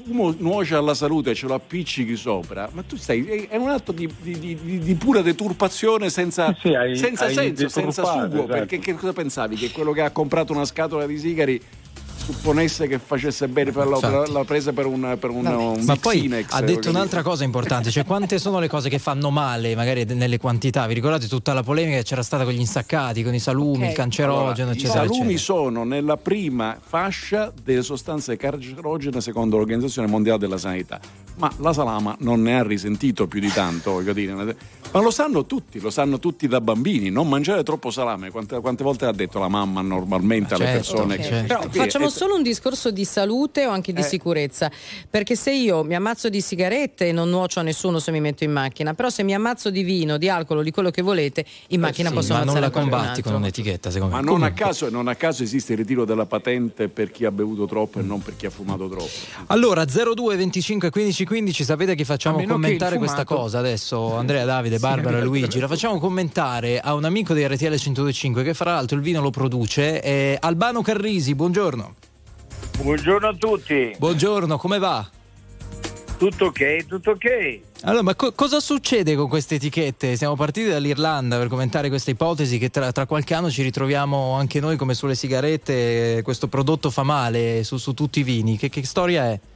fumo nuoce alla salute e ce lo appiccichi sopra, ma tu stai, è un atto di, di, di, di pura deturpazione senza, sì, hai, senza hai senso, senza sugo, esatto. perché che cosa pensavi? Che quello che ha comprato una scatola di sigari supponesse che facesse bene, per la, per la presa per un, per un, un ma poi Xenex, ha detto un'altra cosa importante, cioè quante sono le cose che fanno male magari nelle quantità. Vi ricordate tutta la polemica che c'era stata con gli insaccati, con i salumi, okay. il cancerogeno, allora, eccetera, i salumi eccetera. sono nella prima fascia delle sostanze cancerogene secondo l'Organizzazione Mondiale della Sanità, ma la salama non ne ha risentito più di tanto, voglio dire. Ma lo sanno tutti, lo sanno tutti da bambini, non mangiare troppo salame. Quante, quante volte ha detto la mamma normalmente alle certo, persone okay. che... Però facciamo è, solo un discorso di salute o anche di eh. sicurezza, perché se io mi ammazzo di sigarette non nuocio a nessuno se mi metto in macchina, però se mi ammazzo di vino, di alcol o di quello che volete in macchina eh sì, posso ma ammazzare non la combatti altro. con un'etichetta, secondo ma me. non a, Comunque. caso, non a caso esiste il ritiro della patente per chi ha bevuto troppo e non per chi ha fumato troppo. Allora zero due venticinque quindici quindici, sapete che facciamo commentare questa cosa adesso? Andrea, Davide, Barbara, sì, Luigi, la facciamo commentare a un amico di R T L centodue e cinque che fra l'altro il vino lo produce, eh, Albano Carrisi. Buongiorno. Buongiorno a tutti. Buongiorno, come va? Tutto ok, tutto ok. Allora, ma co- cosa succede con queste etichette? Siamo partiti dall'Irlanda per commentare questa ipotesi che tra, tra qualche anno ci ritroviamo anche noi come sulle sigarette, questo prodotto fa male su, su tutti i vini. Che, che storia è?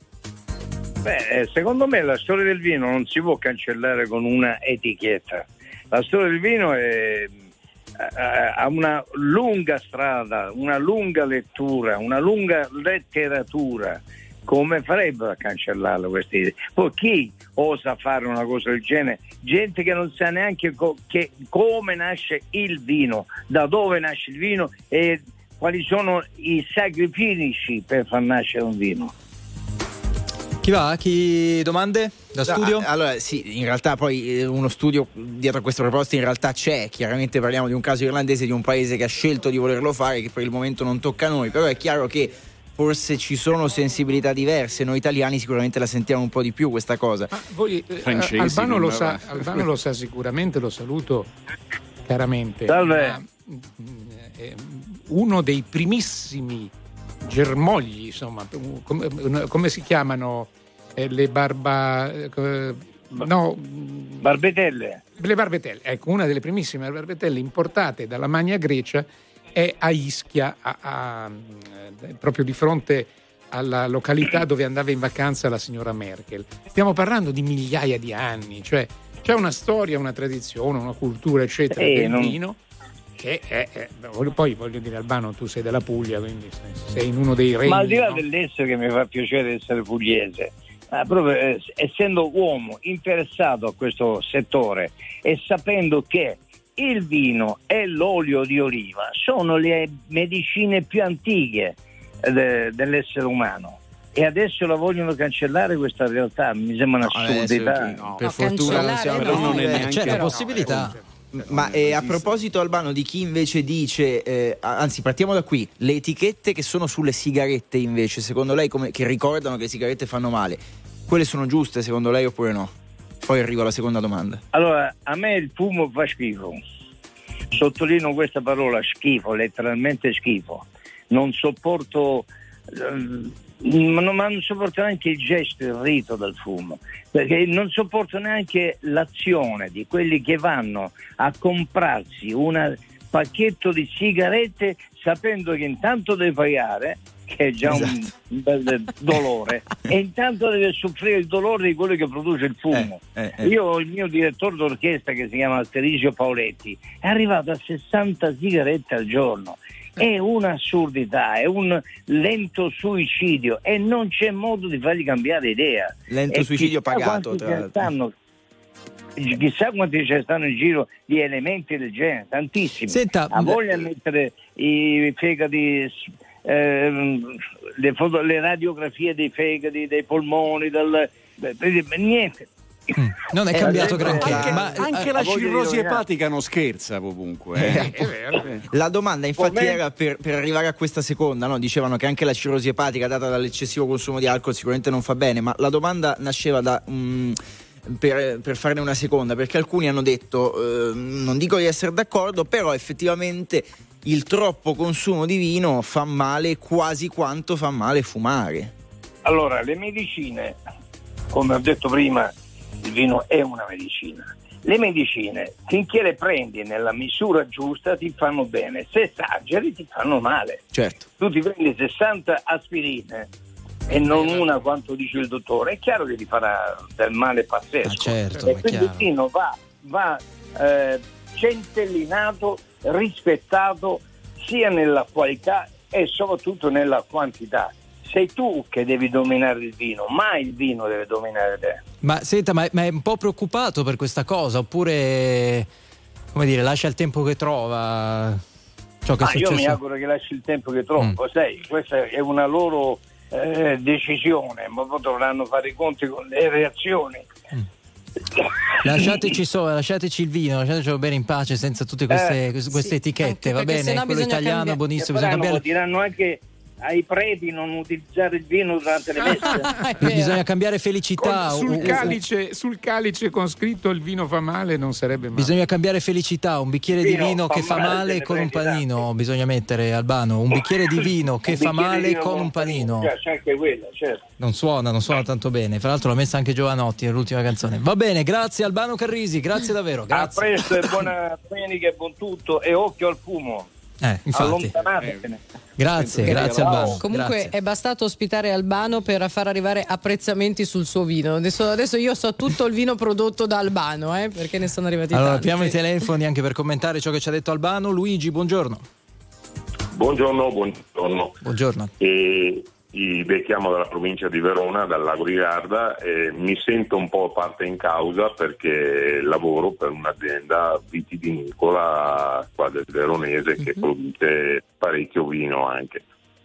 Beh, secondo me la storia del vino non si può cancellare con una etichetta. La storia del vino è, ha una lunga strada, una lunga lettura, una lunga letteratura. Come farebbero a cancellarlo queste idee? Poi chi osa fare una cosa del genere? Gente che non sa neanche co- che, come nasce il vino, da dove nasce il vino e quali sono i sacrifici per far nascere un vino. Chi va? Chi domande? Da studio? No, allora sì, in realtà poi uno studio dietro a questa proposta in realtà c'è, chiaramente parliamo di un caso irlandese di un paese che ha scelto di volerlo fare, che per il momento non tocca a noi, però è chiaro che forse ci sono sensibilità diverse, noi italiani sicuramente la sentiamo un po' di più questa cosa. Ma voi, eh, Albano, lo sa, Albano lo sa sicuramente, lo saluto caramente. Salve. Ma, eh, uno dei primissimi germogli, insomma, come, come si chiamano eh, le barba eh, no barbetelle le barbetelle ecco, una delle primissime barbetelle importate dalla Magna Grecia è a Ischia, a, a, proprio di fronte alla località dove andava in vacanza la signora Merkel. Stiamo parlando di migliaia di anni, cioè c'è una storia, una tradizione, una cultura eccetera eh, del non... vino che è, è, poi voglio dire, Albano, tu sei della Puglia, quindi sei in uno dei regni. Ma al di là no? dell'estero, che mi fa piacere essere pugliese, ma proprio eh, essendo uomo interessato a questo settore e sapendo che il vino e l'olio di oliva sono le medicine più antiche de, dell'essere umano. E adesso la vogliono cancellare questa realtà, mi sembra un'assurdità. No, no, per no, fortuna non siamo, no, non è neanche, c'è la possibilità. No, ma eh, a proposito, Albano, di chi invece dice, eh, anzi partiamo da qui, le etichette che sono sulle sigarette invece, secondo lei, come, che ricordano che le sigarette fanno male, quelle sono giuste secondo lei oppure no? Poi arrivo alla seconda domanda. Allora, a me il fumo fa schifo, sottolineo questa parola, schifo, letteralmente schifo. Non sopporto... Um, ma non, ma non sopporto neanche il gesto, il rito del fumo, perché non sopporto neanche l'azione di quelli che vanno a comprarsi un pacchetto di sigarette sapendo che intanto deve pagare, che è già esatto. un, un bel dolore, e intanto deve soffrire il dolore di quello che produce il fumo. Eh, eh, eh. Io, il mio direttore d'orchestra, che si chiama Alterisio Paoletti, è arrivato a sessanta sigarette al giorno. È un'assurdità, è un lento suicidio e non c'è modo di fargli cambiare idea. Lento e suicidio pagato, tra l'altro. Stanno, chissà quanti ce ne stanno in giro di elementi del genere, tantissimi. Senta, ha voglia di mettere i fegati, eh, le, foto, le radiografie dei fegati, dei polmoni, del, niente. Mm. Non è cambiato eh, granché, anche, ma anche la cirrosi epatica non scherza comunque. Eh. Eh, la domanda infatti Come... era per, per arrivare a questa seconda, no? Dicevano che anche la cirrosi epatica data dall'eccessivo consumo di alcol sicuramente non fa bene, ma la domanda nasceva da um, per, per farne una seconda, perché alcuni hanno detto, eh, non dico di essere d'accordo, però effettivamente il troppo consumo di vino fa male quasi quanto fa male fumare. Allora, le medicine, come ho detto prima, il vino è una medicina. Le medicine, finché le prendi nella misura giusta, ti fanno bene. Se esageri, ti fanno male. Certo. Tu ti prendi sessanta aspirine e non una quanto dice il dottore, è chiaro che ti farà del male pazzesco. Ah, certo, e è quindi il chiaro. vino va, va eh, centellinato, rispettato sia nella qualità e soprattutto nella quantità. Sei tu che devi dominare il vino, mai il vino deve dominare te. Ma senta, ma è, ma è un po' preoccupato per questa cosa, oppure, come dire, lascia il tempo che trova ciò che Ah, è successo? io mi auguro che lasci il tempo che trova, Mm. sai, questa è una loro eh, decisione, ma poi dovranno fare i conti con le reazioni. Lasciateci, so, lasciateci il vino, lasciatecelo bere in pace senza tutte queste, Eh, queste sì, etichette, va anche perché bene? sennò Quello bisogna italiano cambiare- buonissimo, e bisogna faranno, cambiare. diranno anche ai preti non utilizzare il vino durante le messe. Bisogna cambiare felicità. Con- sul, u- u- calice, sul calice con scritto il vino fa male non sarebbe male. Bisogna cambiare felicità, un bicchiere Vino di vino fa che fa male, male te ne con un prendi panino, bisogna mettere, Albano, un bicchiere di vino che Un fa bicchiere di male vino con un panino. Cioè, c'è anche quella, certo. Non suona, non suona tanto bene. Fra l'altro l'ha messa anche Giovanotti nell'ultima canzone. Va bene, grazie Albano Carrisi, grazie davvero. Grazie. A presto e buona domenica e buon tutto e occhio al fumo. Eh, infatti. Allontanatevene. Grazie, grazie Albano. Comunque Grazie. è bastato ospitare Albano per far arrivare apprezzamenti sul suo vino. Adesso, adesso io so tutto il vino prodotto da Albano, eh, perché ne sono arrivati Allora, tanti. apriamo i telefoni anche per commentare ciò che ci ha detto Albano. Luigi, buongiorno. Buongiorno, buongiorno. Buongiorno. E, beh, chiamo dalla provincia di Verona, dal Lago di Garda, e mi sento un po' parte in causa perché lavoro per un'azienda vitivinicola qua del Veronese che produce parecchio vino anche.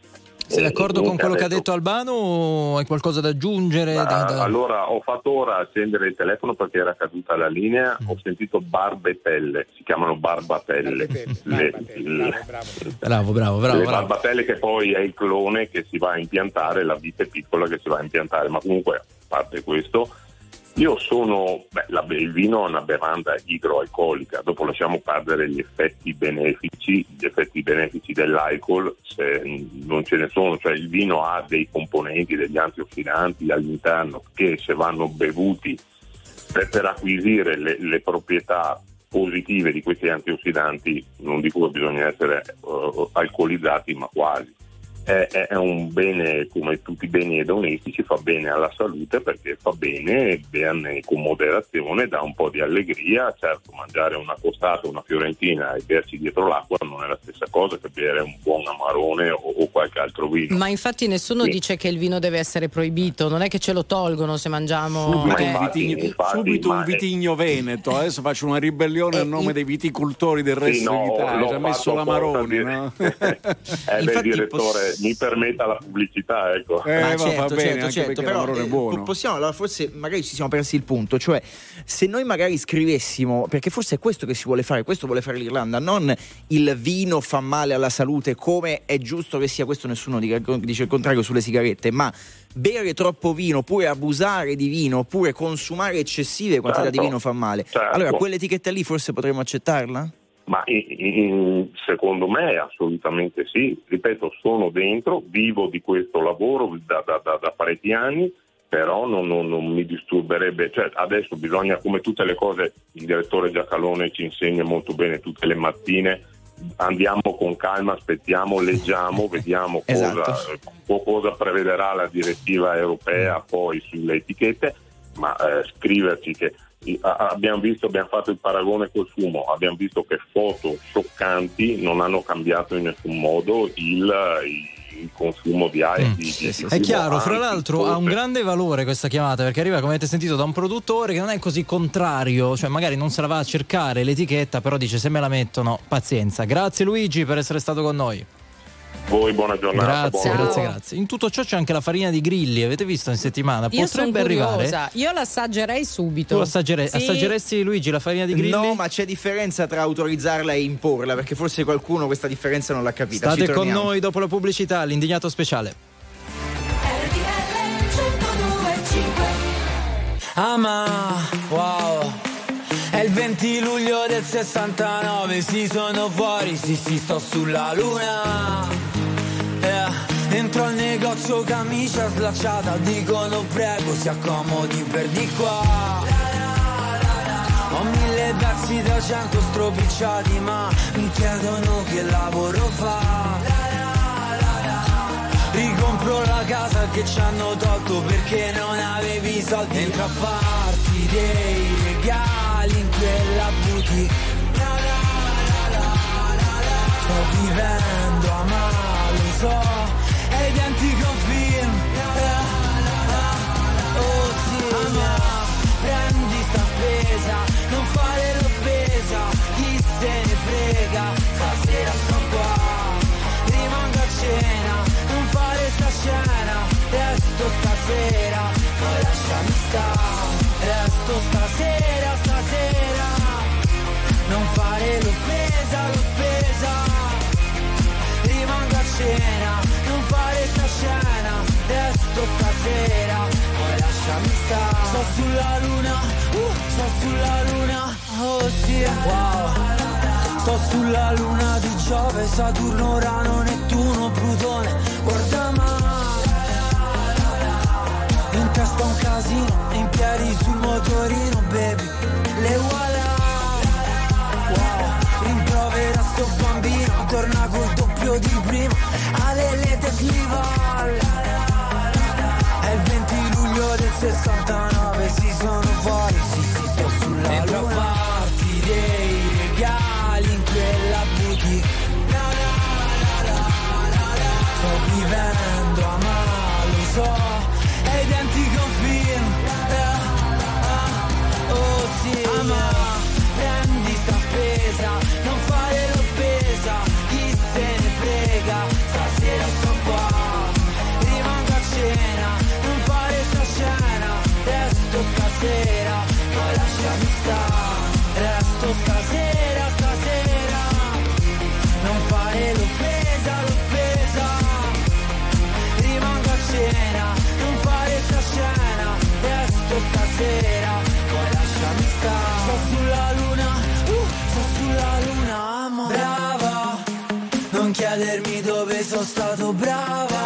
Sei d'accordo Eh, con quello che ha adesso- detto Albano o hai qualcosa da aggiungere? Ma, Da- da- Allora ho fatto ora accendere il telefono perché era caduta la linea, ho sentito barbatelle, si chiamano barbatelle. Le- le- Bravo, bravo, bravo. le bravo. barbatelle che poi è il clone che si va a impiantare, la vite piccola che si va a impiantare, ma comunque a parte questo io sono, beh, la- il vino è una bevanda idroalcolica, dopo lasciamo perdere gli effetti benefici, gli effetti benefici dell'alcol se non ce ne sono, cioè il vino ha dei componenti, degli antiossidanti all'interno che se vanno bevuti per, per acquisire le, le proprietà positive di questi antiossidanti, non dico che bisogna essere uh, alcolizzati, ma quasi. È, è- è un bene come tutti i beni edonistici, fa bene alla salute perché fa bene, bene con moderazione, dà un po' di allegria. Certo, mangiare una costata, una fiorentina e berci dietro l'acqua non è la stessa cosa che bere un buon amarone o, o qualche altro vino. Ma infatti nessuno Sì. dice che il vino deve essere proibito, non è che ce lo tolgono se mangiamo. Subito, eh. un vitigno, subito un vitigno veneto, adesso faccio una ribellione a nome dei viticoltori del resto Sì, no, d'Italia, l'ho ci ha messo fatto l'amarone, apposta, no? Eh, beh, Infatti, direttore, poss- mi permetta la pubblicità, ecco. Eh, Ma ma certo, va bene, certo, anche certo, perché però l'amarone è eh, buono. Possiamo, allora forse magari ci siamo persi il punto, cioè se noi magari scrivessimo, perché forse è questo che si vuole fare, questo vuole fare l'Irlanda, non il vino fa male alla salute come è giusto che sia, questo nessuno dice, dice il contrario sulle sigarette, ma bere troppo vino oppure abusare di vino oppure consumare eccessive quantità Certo, di vino fa male. certo. Allora quell'etichetta lì forse potremmo accettarla? Ma in- in- secondo me assolutamente sì, ripeto, sono dentro, vivo di questo lavoro da, da- da- da parecchi anni, però non, non- non mi disturberebbe, cioè adesso bisogna, come tutte le cose, il direttore Giacalone ci insegna molto bene tutte le mattine, andiamo con calma, aspettiamo, leggiamo, vediamo cosa, Esatto. cosa prevederà la direttiva europea poi sulle etichette, ma eh, scriverci che a- abbiamo visto, abbiamo fatto il paragone col fumo, abbiamo visto che foto scioccanti non hanno cambiato in nessun modo il, il consumo di aria. di- di- di È chiaro, fumo, fra anzi, l'altro ha un forse. grande valore questa chiamata perché arriva, come avete sentito, da un produttore che non è così contrario, cioè magari non se la va a cercare l'etichetta, però dice se me la mettono, pazienza. Grazie Luigi per essere stato con noi. Voi buona giornata. Grazie, buona grazie, giornata. grazie. In tutto ciò c'è anche la farina di grilli, avete visto in settimana? Io sono Potrebbe arrivare. curiosa, io l'assaggerei subito. Tu assaggerei- Sì. assaggeresti Luigi la farina di grilli? No, ma c'è differenza tra autorizzarla e imporla, perché forse qualcuno questa differenza non l'ha capita. State Ci con torniamo. noi dopo la pubblicità, l'indignato speciale. Ama, wow. È il venti luglio del sessantanove, sì sono fuori, sì sì sto sulla luna. Yeah. Entro al negozio, camicia slacciata, dicono prego si accomodi per di qua. Ho mille pezzi da cento stropicciati, ma mi chiedono che lavoro fa. Ricompro la casa che ci hanno tolto perché non avevi soldi. Entro a farti dei regali in quella boutique. Sto vivendo a male, lo so, è identico film. Oh sì, ma prendi sta spesa, non fare l'offesa, chi se ne frega, stasera sto qua, rimango a cena, non fare sta scena, resto stasera, poi lasciami stare, resto stasera, stasera, non fare l'offesa, l'offesa, rimango a cena, non fare sta scena, resto stasera, poi lasciami stare. Sto sulla luna, uh, sto sulla luna, oh sì, wow. Sto sulla luna di Giove, Saturno, Urano, Nettuno, Plutone, guarda male. In testa un casino, in piedi sul motorino, baby, le voilà. Wow, rimprovera sto bambino, torna col doppio di prima, alle lete Slival. È il venti luglio del sessantanove, si sono fuori, sì sì sto sulla luna. Entro a farti dei regali in quella boutique. Sto vivendo a male, lo so, è identico film. Oh sì, ma prendi sta spesa, non fare l'offesa, chi se ne frega, stasera sto qua, rimango a cena, non fare sta scena, resto stasera, poi lasciami stare, resto stasera, stasera, non fare l'offesa, l'offesa, rimango a cena, non fare sta scena, resto stasera, poi lasciami stare. Sto sulla luna, uh, sto sulla luna, amo. Brava, non chiedermi dove sono stato, brava.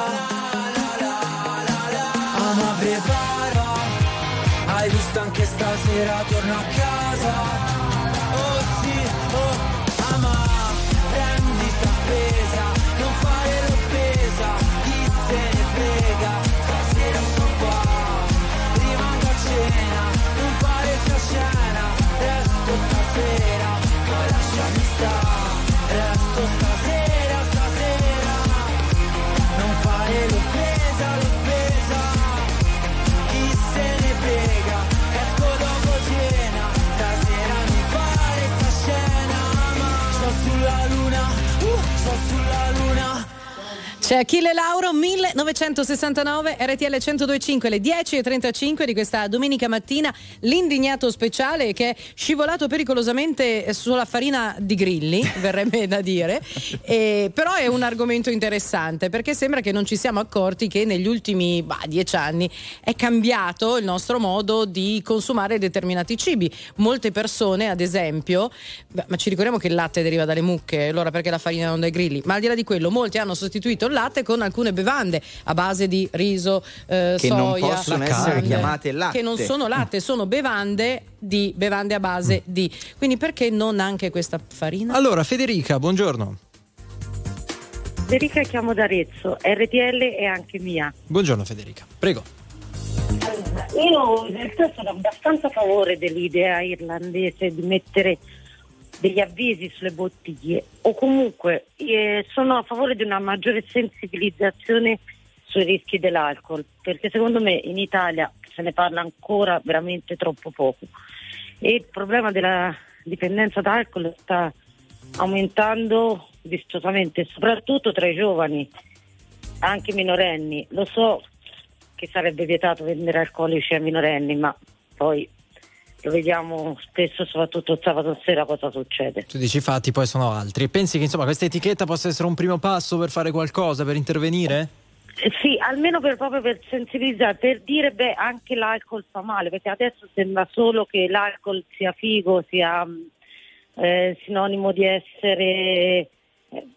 Ama, prepara, hai visto anche stasera, torno a casa. Oh sì, oh, ama, prendi sta spesa, non fare l'offesa, chi se ne frega, stasera sto qua, rimango a cena, non fare sta scena, resto stasera, poi lasciami stare, resto stasera, stasera, non fare l'offesa, l'offesa, chi se ne frega, esco dopo cena, stasera non fare sta scena, ma sto sulla luna, uh, sto sulla luna. C'è Achille Lauro, millenovecentosessantanove, R T L centodue e cinque, le dieci e trentacinque di questa domenica mattina, l'indignato speciale che è scivolato pericolosamente sulla farina di grilli, verrebbe da dire, e, però è un argomento interessante perché sembra che non ci siamo accorti che negli ultimi bah, dieci anni è cambiato il nostro modo di consumare determinati cibi. Molte persone, ad esempio, beh, ma ci ricordiamo che il latte deriva dalle mucche, allora perché la farina non dai grilli? Ma al di là di quello, molti hanno sostituito il latte con alcune bevande a base di riso, eh, che soia, non possono essere carne, chiamate latte, che non sono latte, sono bevande di bevande a base di. Quindi perché non anche questa farina? Allora, Federica, buongiorno. Federica, chiamo da Arezzo, R T L è anche mia. Buongiorno Federica, prego. Io in realtà sono abbastanza a favore dell'idea irlandese di mettere degli avvisi sulle bottiglie, o comunque eh, sono a favore di una maggiore sensibilizzazione sui rischi dell'alcol, perché secondo me in Italia se ne parla ancora veramente troppo poco e il problema della dipendenza da alcol sta aumentando vistosamente, soprattutto tra i giovani, anche minorenni. Lo so che sarebbe vietato vendere alcolici ai minorenni, ma poi lo vediamo spesso, soprattutto il sabato sera, cosa succede. Tu dici i fatti, poi sono altri. E pensi che insomma questa etichetta possa essere un primo passo per fare qualcosa, per intervenire? Eh, sì, almeno per, proprio per sensibilizzare, per dire beh anche l'alcol fa male, perché adesso sembra solo che l'alcol sia figo, sia eh, sinonimo di essere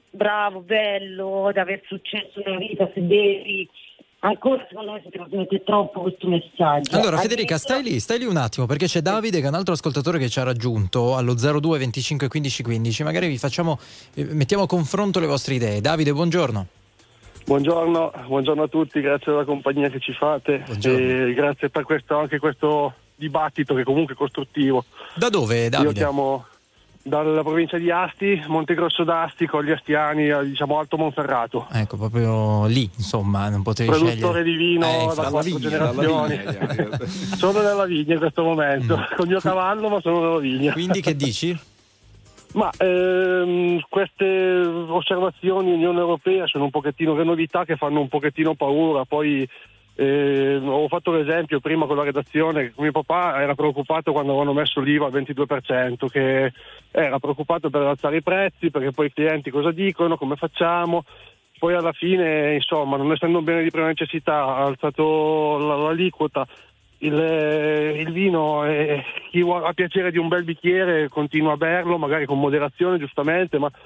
bravo, bello, di aver successo nella vita, se devi. Ancora secondo me si trasmette troppo questo messaggio. Allora Federica, stai lì, stai lì un attimo, perché c'è Davide che è un altro ascoltatore che ci ha raggiunto allo zero due venticinque quindici quindici. Magari vi facciamo, eh, mettiamo a confronto le vostre idee. Davide, buongiorno. Buongiorno, buongiorno a tutti, grazie della compagnia che ci fate e grazie per questo, anche questo dibattito che comunque è costruttivo. Da dove, Davide? Io chiamo dalla provincia di Asti, Montegrosso d'Asti, con gli astiani, diciamo Alto Monferrato. Ecco, proprio lì, insomma, non potevi Produttore scegliere. di vino Eh, da dalla quattro vigna, generazioni. dalla vigna. Sono nella vigna in questo momento, Mm. con il mio cavallo, ma sono nella vigna. Quindi che dici? Ma ehm, queste osservazioni Unione Europea sono un pochettino che novità, che fanno un pochettino paura. Poi eh, ho fatto l'esempio prima con la redazione, mio papà era preoccupato quando avevano messo l'I V A al ventidue per cento, che era preoccupato per alzare i prezzi, perché poi i clienti cosa dicono, come facciamo. Poi alla fine, insomma, non essendo un bene di prima necessità, ha alzato la- l'aliquota. Il, il vino, è, chi ha piacere di un bel bicchiere continua a berlo, magari con moderazione, giustamente, ma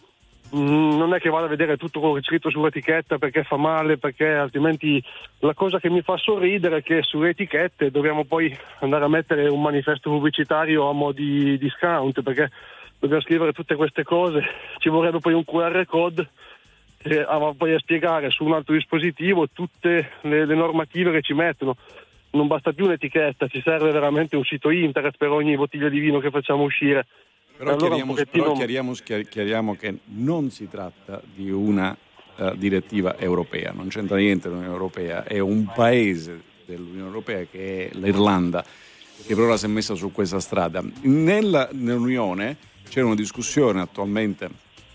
mm, non è che vada a vedere tutto quello che c'è scritto sull'etichetta perché fa male, perché altrimenti la cosa che mi fa sorridere è che sulle etichette dobbiamo poi andare a mettere un manifesto pubblicitario a mo' di discount, perché dobbiamo scrivere tutte queste cose, ci vorrebbe poi un Q R code e a, poi a spiegare su un altro dispositivo tutte le, le normative che ci mettono. Non basta più un'etichetta, ci serve veramente un sito internet per ogni bottiglia di vino che facciamo uscire. Però, Allora, chiariamo, un pochettino- però chiariamo, chiar- chiariamo che non si tratta di una eh, direttiva europea, non c'entra niente l'Unione Europea, è un paese dell'Unione Europea che è l'Irlanda che per ora si è messa su questa strada. Nella, nell'Unione c'è una discussione attualmente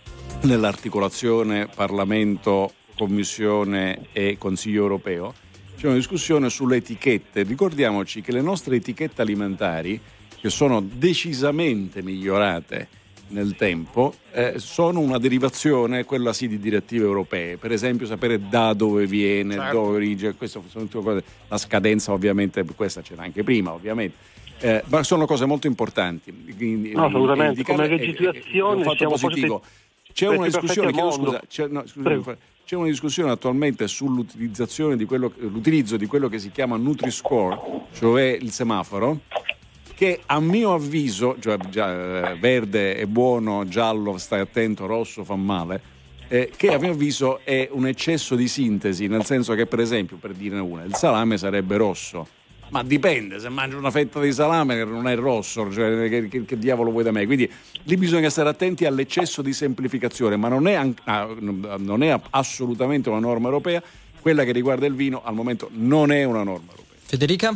nell'articolazione Parlamento, Commissione e Consiglio Europeo. C'è una discussione sulle etichette. Ricordiamoci che le nostre etichette alimentari, che sono decisamente migliorate nel tempo, eh, sono una derivazione, quella sì, di direttive europee. Per esempio sapere da dove viene, Certo. dove origine, questo sono tutte cose. La scadenza ovviamente, questa c'era anche prima ovviamente. Eh, ma sono cose molto importanti. Quindi, No, assolutamente, indicarle- come eh, eh, legislazione un fatto siamo positivo. forse C'è pezzi una discussione, perfetti al chiedo mondo. scusa, c'è, no, scusa, Prego. c'è una discussione attualmente sull'utilizzazione di quello, l'utilizzo di quello che si chiama Nutri-Score, cioè il semaforo, che a mio avviso, cioè già, eh, verde è buono, giallo stai attento, rosso fa male, eh, che a mio avviso è un eccesso di sintesi, nel senso che, per esempio, per dire una, il salame sarebbe rosso. Ma dipende, se mangio una fetta di salame che non è rosso, cioè, che, che, che diavolo vuoi da me? Quindi lì bisogna stare attenti all'eccesso di semplificazione, ma non è, an- ah, non è assolutamente una norma europea. Quella che riguarda il vino al momento non è una norma europea. Federica?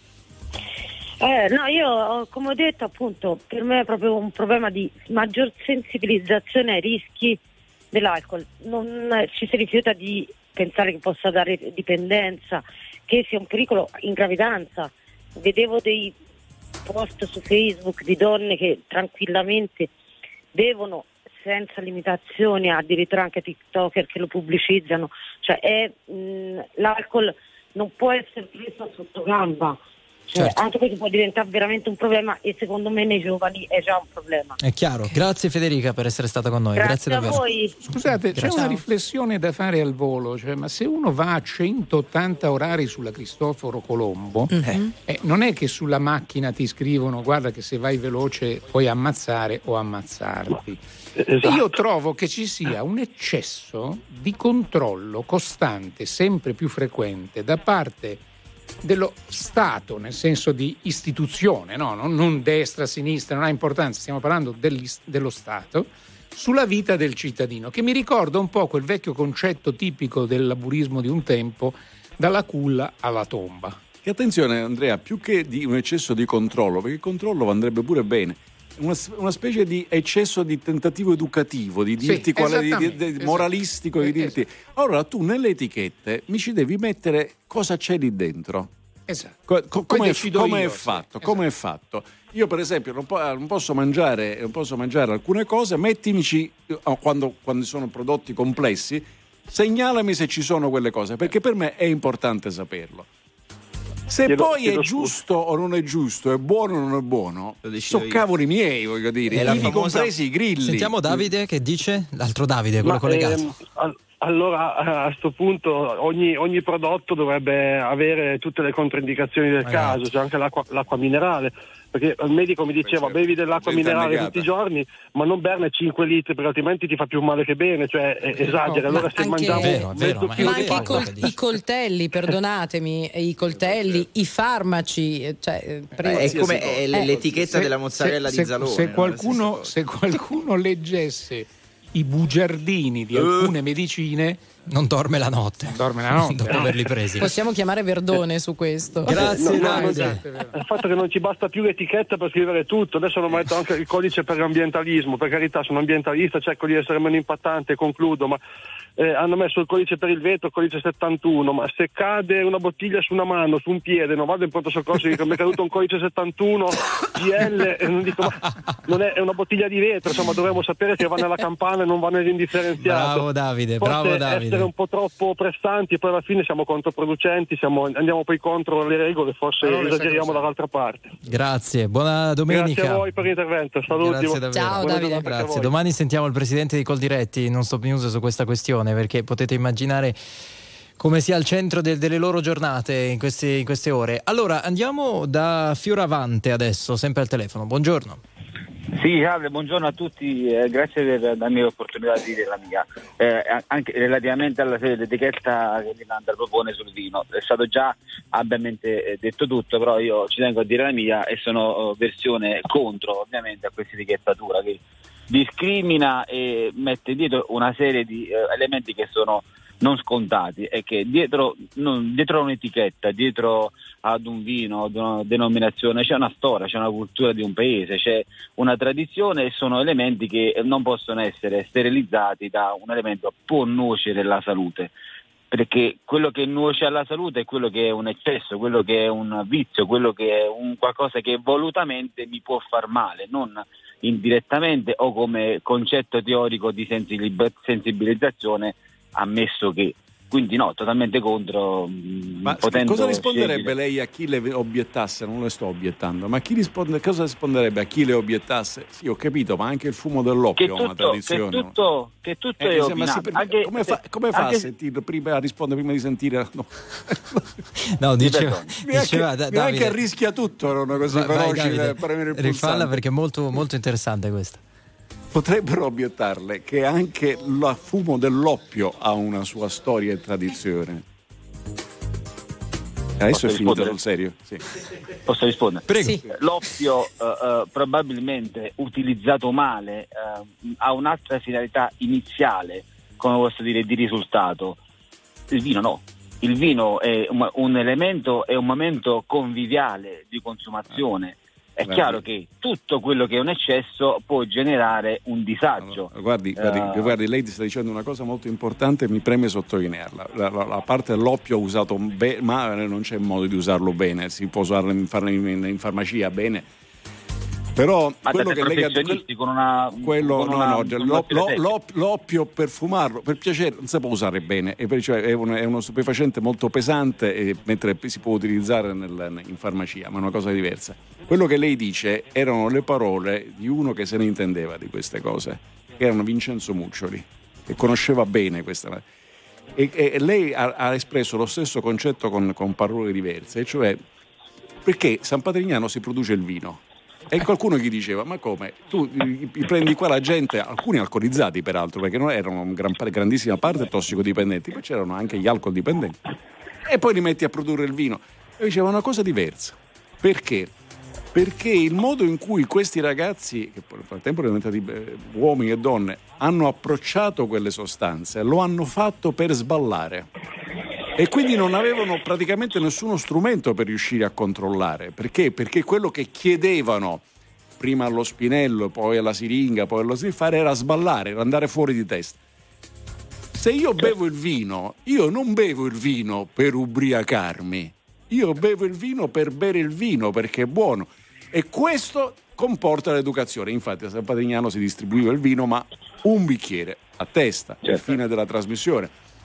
Eh, no, io come ho detto appunto, per me è proprio un problema di maggior sensibilizzazione ai rischi dell'alcol. Non eh, ci si rifiuta di pensare che possa dare dipendenza, che sia un pericolo in gravidanza. Vedevo dei post su Facebook di donne che tranquillamente bevono senza limitazioni, addirittura anche TikToker che lo pubblicizzano. Cioè è, mh, l'alcol non può essere preso sotto gamba. Cioè, Certo. anche perché può diventare veramente un problema e secondo me nei giovani è già un problema. È chiaro. Grazie Federica per essere stata con noi. Grazie, Grazie a davvero. voi. Scusate, c'è Grazie. una riflessione da fare al volo, cioè, ma se uno va a centottanta orari sulla Cristoforo Colombo, Mhm. eh, non è che sulla macchina ti scrivono guarda che se vai veloce puoi ammazzare o ammazzarti. Esatto. Io trovo che ci sia un eccesso di controllo costante, sempre più frequente, da parte dello Stato, nel senso di istituzione, no? non, non destra, sinistra, non ha importanza, stiamo parlando dell'is- dello Stato, sulla vita del cittadino, che mi ricorda un po' quel vecchio concetto tipico del laburismo di un tempo, dalla culla alla tomba. E attenzione Andrea, più che di un eccesso di controllo, perché il controllo andrebbe pure bene, una, una specie di eccesso di tentativo educativo, di Sì, dirti qual è, di- di- esattamente, di- esatto. moralistico, di Eh, dirti. Allora tu nelle etichette mi ci devi mettere cosa c'è lì dentro. Esatto. Co- co- Poi come, decido come io, è sì, fatto? Come è fatto? Io per esempio non, po- non posso mangiare non posso mangiare alcune cose, mettimici oh, quando, quando sono prodotti complessi, segnalami se ci sono quelle cose, perché per me è importante saperlo. Se chiedo, poi chiedo è scusa. giusto o non è giusto, è buono o non è buono, sono cavoli miei, voglio dire, È la ivi famosa- compresi i grilli. Sentiamo Davide che dice, l'altro Davide, quello Ma, collegato. ehm, al- allora a questo punto ogni, ogni prodotto dovrebbe avere tutte le controindicazioni del Esatto. caso, c'è anche l'acqua, l'acqua minerale, perché il medico mi diceva bevi dell'acqua Gente minerale annegata. tutti i giorni, ma non berne cinque litri perché altrimenti ti fa più male che bene, cioè eh, esagera. Ma Allora se anche- mangiamo Vero, mezzo ma chilo di anche i, pasta- col- i coltelli, perdonatemi, i coltelli, i farmaci, cioè, eh, pre- È come è l- Eh, l'etichetta Se- della mozzarella se- di Zalone. Se no? qualcuno, se qualcuno leggesse i bugiardini di alcune medicine, non dorme la notte. dorme la notte. Dopo no? averli presi. possiamo chiamare Verdone su questo. Grazie No, no, Davide. Esatto, è vero. il fatto che non ci basta più l'etichetta per scrivere tutto, adesso hanno messo anche il codice per l'ambientalismo, per carità sono ambientalista, cerco di essere meno impattante e concludo, ma eh, hanno messo il codice per il vetro, il codice settantuno, ma se cade una bottiglia su una mano, su un piede, non vado in pronto soccorso e dico mi è caduto un codice settantuno G L e non dico ma non è, è una bottiglia di vetro, insomma dovremmo sapere che va nella campana e non va nell'indifferenziato. Bravo Davide, Forse bravo Davide. essere un po' troppo pressanti, poi alla fine siamo controproducenti, siamo, andiamo poi contro le regole, forse Allora, esageriamo sai dall'altra parte. Grazie, buona domenica. Grazie a voi per l'intervento, saluti. Grazie davvero. Ciao, Buona Davide. giornata anche a Grazie. voi. Domani sentiamo il presidente di Coldiretti non Stop News su questa questione, perché potete immaginare come sia al centro de- delle loro giornate in queste, in queste ore. Allora andiamo da Fioravante adesso, sempre al telefono. Buongiorno. Sì, salve, buongiorno a tutti, eh, grazie per darmi l'opportunità di dire la mia. Eh, anche relativamente alla serie d'etichetta che Milanda propone sul vino, è stato già ampiamente eh, detto tutto, però io ci tengo a dire la mia e sono eh, versione contro ovviamente a questa etichettatura che discrimina e mette dietro una serie di eh, elementi che sono non scontati e che dietro, non, dietro un'etichetta, dietro ad un vino, ad una denominazione c'è una storia, c'è una cultura di un paese, c'è una tradizione e sono elementi che non possono essere sterilizzati da un elemento che può nuocere alla salute, perché quello che nuoce alla salute è quello che è un eccesso, quello che è un vizio, quello che è un qualcosa che volutamente mi può far male, non indirettamente o come concetto teorico di sensibilizzazione, ammesso che, quindi no, totalmente contro. Ma potendo cosa risponderebbe scegliere. lei a chi le obiettasse? Non le sto obiettando, ma chi risponde, cosa risponderebbe a chi le obiettasse? Sì, ho capito, ma anche il fumo dell'oppio Che è una tutto, che tradizione. tutto, che tutto Eh, è sì, ma sì, opinabile. perché- Anche- come fa, come fa anche- a sentire prima a rispondere prima di sentire? No. No, diceva, Neanche, diceva da- neanche Davide, arrischia tutto, erano così vai, vai, veloci Davide, da premere il rifalla pulsante. perché è molto, molto interessante questa. Potrebbero obbiettarle che anche il fumo dell'oppio ha una sua storia e tradizione. Adesso Posso è finito rispondere? sul serio? Sì. Posso rispondere? Prego. Sì. L'oppio eh, eh, probabilmente utilizzato male eh, ha un'altra finalità iniziale, come posso dire, di risultato. Il vino no. Il vino è un, un elemento, è un momento conviviale di consumazione. È Guardi. chiaro che tutto quello che è un eccesso può generare un disagio. Guardi, guardi, Eh, guardi, lei sta dicendo una cosa molto importante e mi preme sottolinearla. La, la- la parte dell'oppio usato bene, ma non c'è modo di usarlo bene, si può usarlo in, far- in- in farmacia bene. Però ma quello da che lei professionisti con una quello con no, una- no, con già, una l'o- stile l'o- tecnico. l'op- l'oppio per fumarlo, per piacere, non si può usare bene, e per- cioè, è, un- è uno stupefacente molto pesante, e, mentre si può utilizzare nel- in farmacia, ma è una cosa diversa. Quello che lei dice erano le parole di uno che se ne intendeva di queste cose, che erano Vincenzo Muccioli, che conosceva bene questa. E, e lei ha, ha espresso lo stesso concetto con, con parole diverse, e cioè perché San Patrignano si produce il vino. E qualcuno gli diceva: ma come? Tu i- i prendi qua la gente, alcuni alcolizzati peraltro, perché non erano in gran, grandissima parte tossicodipendenti, poi c'erano anche gli alcol dipendenti, e poi li metti a produrre il vino. E diceva una cosa diversa. Perché? Perché il modo in cui questi ragazzi, che poi nel frattempo sono diventati eh, uomini e donne, hanno approcciato quelle sostanze, lo hanno fatto per sballare. E quindi non avevano praticamente nessuno strumento per riuscire a controllare. Perché? Perché quello che chiedevano prima allo spinello, poi alla siringa, poi allo sniffare era sballare, era andare fuori di testa. Se io bevo il vino, io non bevo il vino per ubriacarmi, io bevo il vino per bere il vino perché è buono, e questo comporta l'educazione. Infatti a San Patrignano si distribuiva il vino, ma un bicchiere a testa, alla fine della trasmissione.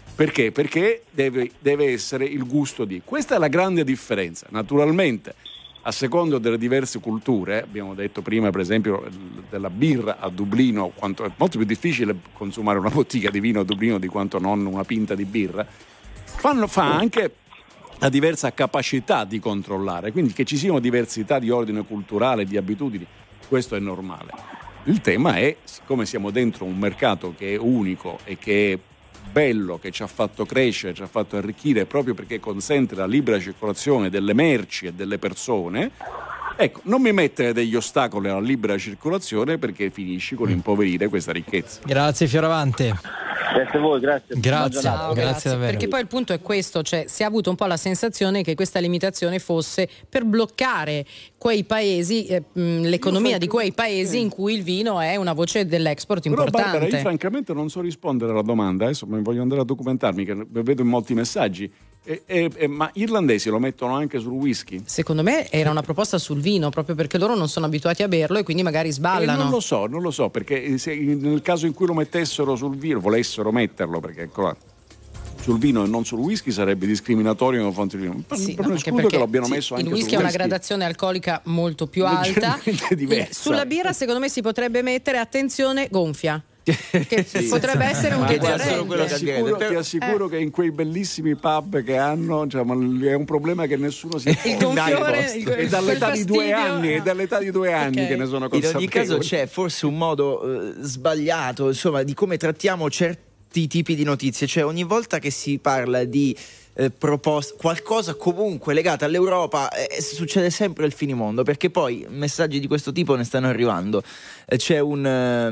Perché? Perché deve, deve essere il gusto di... Questa è la grande differenza. Naturalmente, a secondo delle diverse culture, abbiamo detto prima per esempio della birra a Dublino, quanto è molto più difficile consumare una bottiglia di vino a Dublino di quanto non una pinta di birra, fanno, fa anche la diversa capacità di controllare, quindi che ci siano diversità di ordine culturale, di abitudini, questo è normale. Il tema è, siccome siamo dentro un mercato che è unico e che è bello, che ci ha fatto crescere, ci ha fatto arricchire proprio perché consente la libera circolazione delle merci e delle persone, ecco, non mi mettere degli ostacoli alla libera circolazione perché finisci con impoverire questa ricchezza. Grazie Fioravante. Grazie a voi, grazie. Grazie, Ciao, grazie, grazie. davvero. Perché poi il punto è questo, cioè si è avuto un po' la sensazione che questa limitazione fosse per bloccare quei paesi, eh, mh, l'economia di quei paesi in cui il vino è una voce dell'export Però importante. Barbara, io francamente non so rispondere alla domanda, adesso mi voglio andare a documentarmi, che vedo in molti messaggi. E, e, e, ma irlandesi lo mettono anche sul whisky? Secondo me era una proposta sul vino, proprio perché loro non sono abituati a berlo e quindi magari sballano. Eh, non lo so, non lo so, perché se nel caso in cui lo mettessero sul vino, volessero metterlo, perché ecco, sul vino e non sul whisky sarebbe discriminatorio nei confronti del vino. Sì, non no, escludo che l'abbiano sì, messo anche il whisky sul ha una whisky. gradazione alcolica molto più alta. Leggermente diversa. Sulla birra secondo me si potrebbe mettere, attenzione, gonfia. Che Sì. potrebbe essere un Ma guarda, deterrente. ti assicuro, ti assicuro Eh. che in quei bellissimi pub che hanno, cioè, ma è un problema che nessuno si Il gonfiore, il- è dall'età quel di due fastidio, anni, è dall'età di due anni Ok. che ne sono In consapevole. ogni caso c'è forse un modo eh, sbagliato, insomma, di come trattiamo certi tipi di notizie. Cioè ogni volta che si parla di eh, proposta, qualcosa comunque legato all'Europa, eh, succede sempre il finimondo, perché poi messaggi di questo tipo ne stanno arrivando. Eh, c'è un,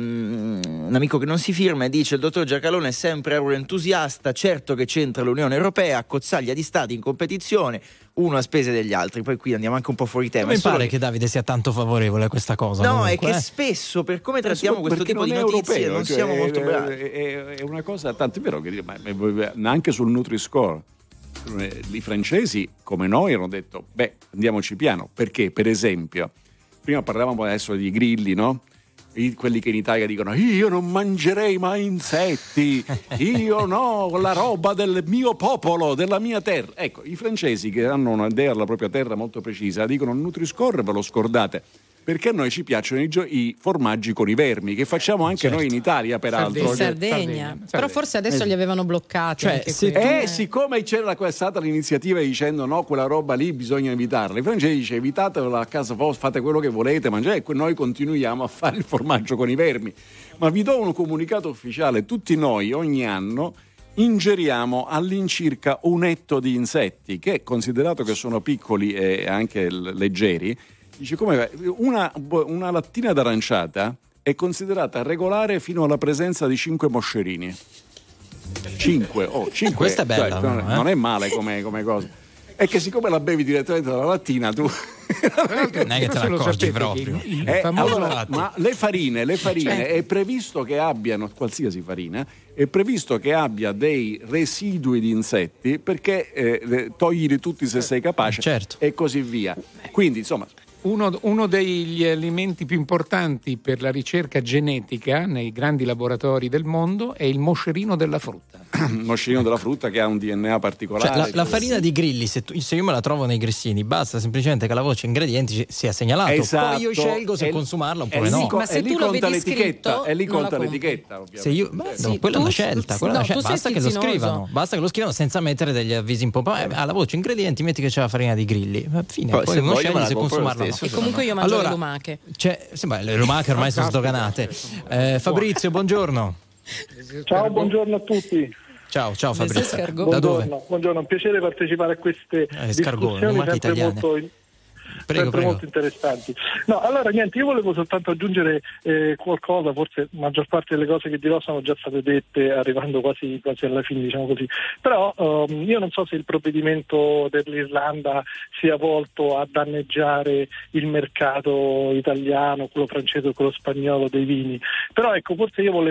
um, un amico che non si firma e dice: il dottor Giacalone è sempre euroentusiasta, certo che c'entra l'Unione Europea, accozzaglia di stati in competizione, uno a spese degli altri. Poi qui andiamo anche un po' fuori tema. Non mi È solo pare che- che Davide sia tanto favorevole a questa cosa. No, comunque, è che eh. spesso, per come trattiamo questo Perché tipo di non è notizie, europeo, non cioè, siamo è- molto bravi. È, è- è una cosa, tanto è vero che ma, ma, anche sul Nutri-Score eh, i francesi come noi hanno detto beh, andiamoci piano, perché per esempio prima parlavamo adesso di grilli, no? I- quelli che in Italia dicono io non mangerei mai insetti, io no, la roba del mio popolo, della mia terra. Ecco, i francesi che hanno un'idea della propria terra molto precisa dicono Nutri-Score, ve lo scordate, perché a noi ci piacciono i, gio- i formaggi con i vermi, che facciamo anche Certo. noi in Italia peraltro. In Sardegna. Però forse adesso li avevano bloccati. Cioè, anche se- quelli. eh, siccome c'era quella- stata l'iniziativa dicendo no, quella roba lì bisogna evitarla, i francesi dice evitatela a casa vostra, fate quello che volete mangiare, e noi continuiamo a fare il formaggio con i vermi. Ma vi do un comunicato ufficiale: tutti noi ogni anno ingeriamo all'incirca un etto di insetti che, considerato che sono piccoli e anche l- leggeri, dice come una, una lattina d'aranciata è considerata regolare fino alla presenza di cinque moscerini. cinque, oh, cinque. Questa è bella, cioè, però, non, eh. non è male come, come cosa. È che siccome la bevi direttamente dalla lattina, tu Non è che te Forse ne lo accorgi sapete proprio. che il Eh, famoso- allora, ma le farine, le farine Cioè- è previsto che abbiano, qualsiasi farina, è previsto che abbia dei residui di insetti perché eh, le- toglili tutti se sei capace Certo. e così via. Quindi, insomma, Uno, uno degli alimenti più importanti per la ricerca genetica nei grandi laboratori del mondo è il moscerino della frutta. il moscerino della frutta che ha un D N A particolare. Cioè, la, la farina di grilli, se, tu- se io me la trovo nei grissini, basta semplicemente che la voce ingredienti ci- sia segnalato. Esatto. Poi io scelgo se E- consumarla e oppure lì no. co- Ma se e lì tu lo conta vedi l'etichetta, scritto, e lì non la conta compri. l'etichetta, ovviamente. Se io, beh, Sì, no, quella è tu- una scelta, quella è no, una tu scelta. sei Basta che lo schizzinoso. scrivano, basta che lo scrivano senza mettere degli avvisi in pompa. Eh, alla voce ingredienti metti che c'è la farina di grilli. Ma fine, Poi, poi, se non voglio, scegli me la se compro consumarla o lo no. stesso. E comunque io mangio Allora, le lumache. C'è, sì, beh, le lumache ormai sono sdoganate. Eh, Fabrizio, buongiorno. Ciao, buongiorno a tutti. Ciao, ciao Fabrizio. escargot. Da dove? Buongiorno, buongiorno, un piacere partecipare a queste escargot, discussioni lumache sempre italiane. molto, Prego, sempre prego. molto interessanti. No, allora niente, io volevo soltanto aggiungere eh, qualcosa, forse la maggior parte delle cose che dirò sono già state dette arrivando quasi, quasi alla fine, diciamo così. Però ehm, io non so se il provvedimento dell'Irlanda sia volto a danneggiare il mercato italiano, quello francese o quello spagnolo dei vini. Però ecco, forse io volevo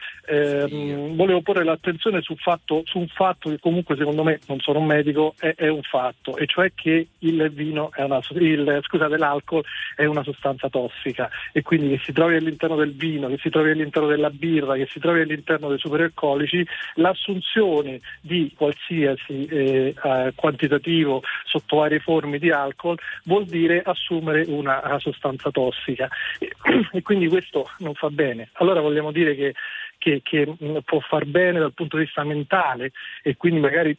ehm, volevo porre l'attenzione su, fatto, su un fatto che comunque secondo me, non sono un medico, è, è un fatto, e cioè che il vino è una, il, scusate, l'alcol è una sostanza tossica, e quindi che si trovi all'interno del vino, che si trovi all'interno della birra, che si trovi all'interno dei superalcolici, l'assunzione di qualsiasi eh, eh, quantitativo sotto varie forme di alcol vuol dire assumere una, una sostanza tossica, e, e quindi questo non fa bene. Allora vogliamo dire che, che, che può far bene dal punto di vista mentale, e quindi magari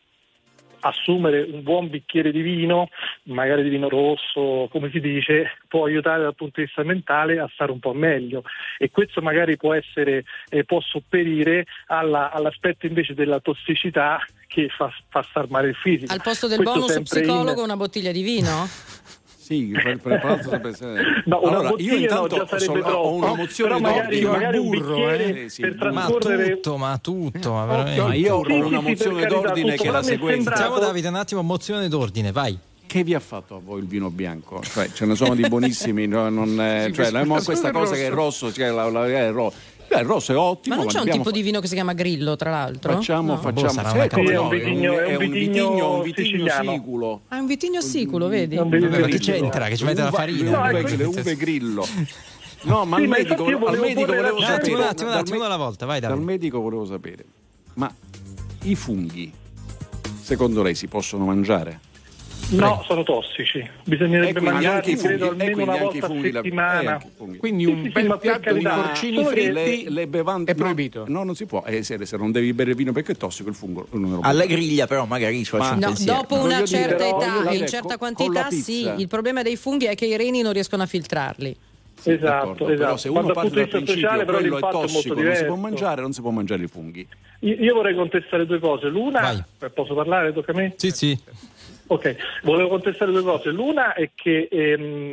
assumere un buon bicchiere di vino, magari di vino rosso, come si dice, può aiutare dal punto di vista mentale a stare un po' meglio, e questo magari può essere eh, può sopperire alla, all'aspetto invece della tossicità che fa, fa star male il fisico. Al posto del Questo bonus psicologo in... una bottiglia di vino? Sì, per, per l'altro sapesse... No, una allora, io intanto no, già sono, ho una mozione magari, d'ordine magari al burro, eh. per ma trascorrere... tutto, ma tutto, ma Oh, veramente. Ma io ho Sì, una sì, sì, mozione per carità, d'ordine tutto, che è la però mi è seguente. sembrato- Sentiamo Davide un attimo, mozione d'ordine, vai. Che vi ha fatto a voi il vino bianco? Cioè, ce ne sono di buonissimi, no, non, eh, Sì, cioè, ma mo- scusa, questa il cosa rosso. che è rosso, cioè, la, la, è ro- Beh, il rosso è ottimo. Ma non c'è un dobbiamo tipo di vino che si chiama Grillo, tra l'altro? Facciamo, No. facciamo. Boh, sarà sì, una come Sì, è no, un vitigno, è è un un vitigno vitigno, un vitigno siciliano. siculo. Ah, è un vitigno siculo, vedi? Non vedo Ma che grillo. c'entra? Che ci mette la Uva- farina? Le No, uve, ecco, le uve grillo. No, ma Sì, al ma medico, infatti io al volevo medico porre volevo la- Un attimo, sapere. un attimo, un dal attimo me- alla volta, vai Dal Davide. medico volevo sapere, ma i funghi, secondo lei, si possono mangiare? No, sono tossici. Bisognerebbe E quindi mangiarli, anche i funghi, credo, e almeno quindi una anche i volta a funghi la- settimana. eh, anche i funghi. Quindi Sì, un sì, sì, bel ma per piatto di carità, porcini solo che fritti Le, le bevande è proibito. No, no, non si può. Eh, se, se non devi bere il vino perché è tossico, il fungo non lo Alla bevi. griglia però magari ci faccio Ma- un No, pensiero. dopo Voglio una dire, certa però, età voglio e in dire, certa con- con la quantità, sì. pizza. Il problema dei funghi è che i reni non riescono a filtrarli. Sì, Esatto, d'accordo, però esatto. se uno Quando dal parte dal punto di vista principio sociale, però quello è l'impatto è molto tossico, non si può diverso. mangiare, non si può mangiare i funghi. Io, io vorrei contestare due cose. L'una, Vai. eh, posso parlare? Tocca a me? Sì, sì. Ok, volevo contestare due cose. L'una è che, ehm,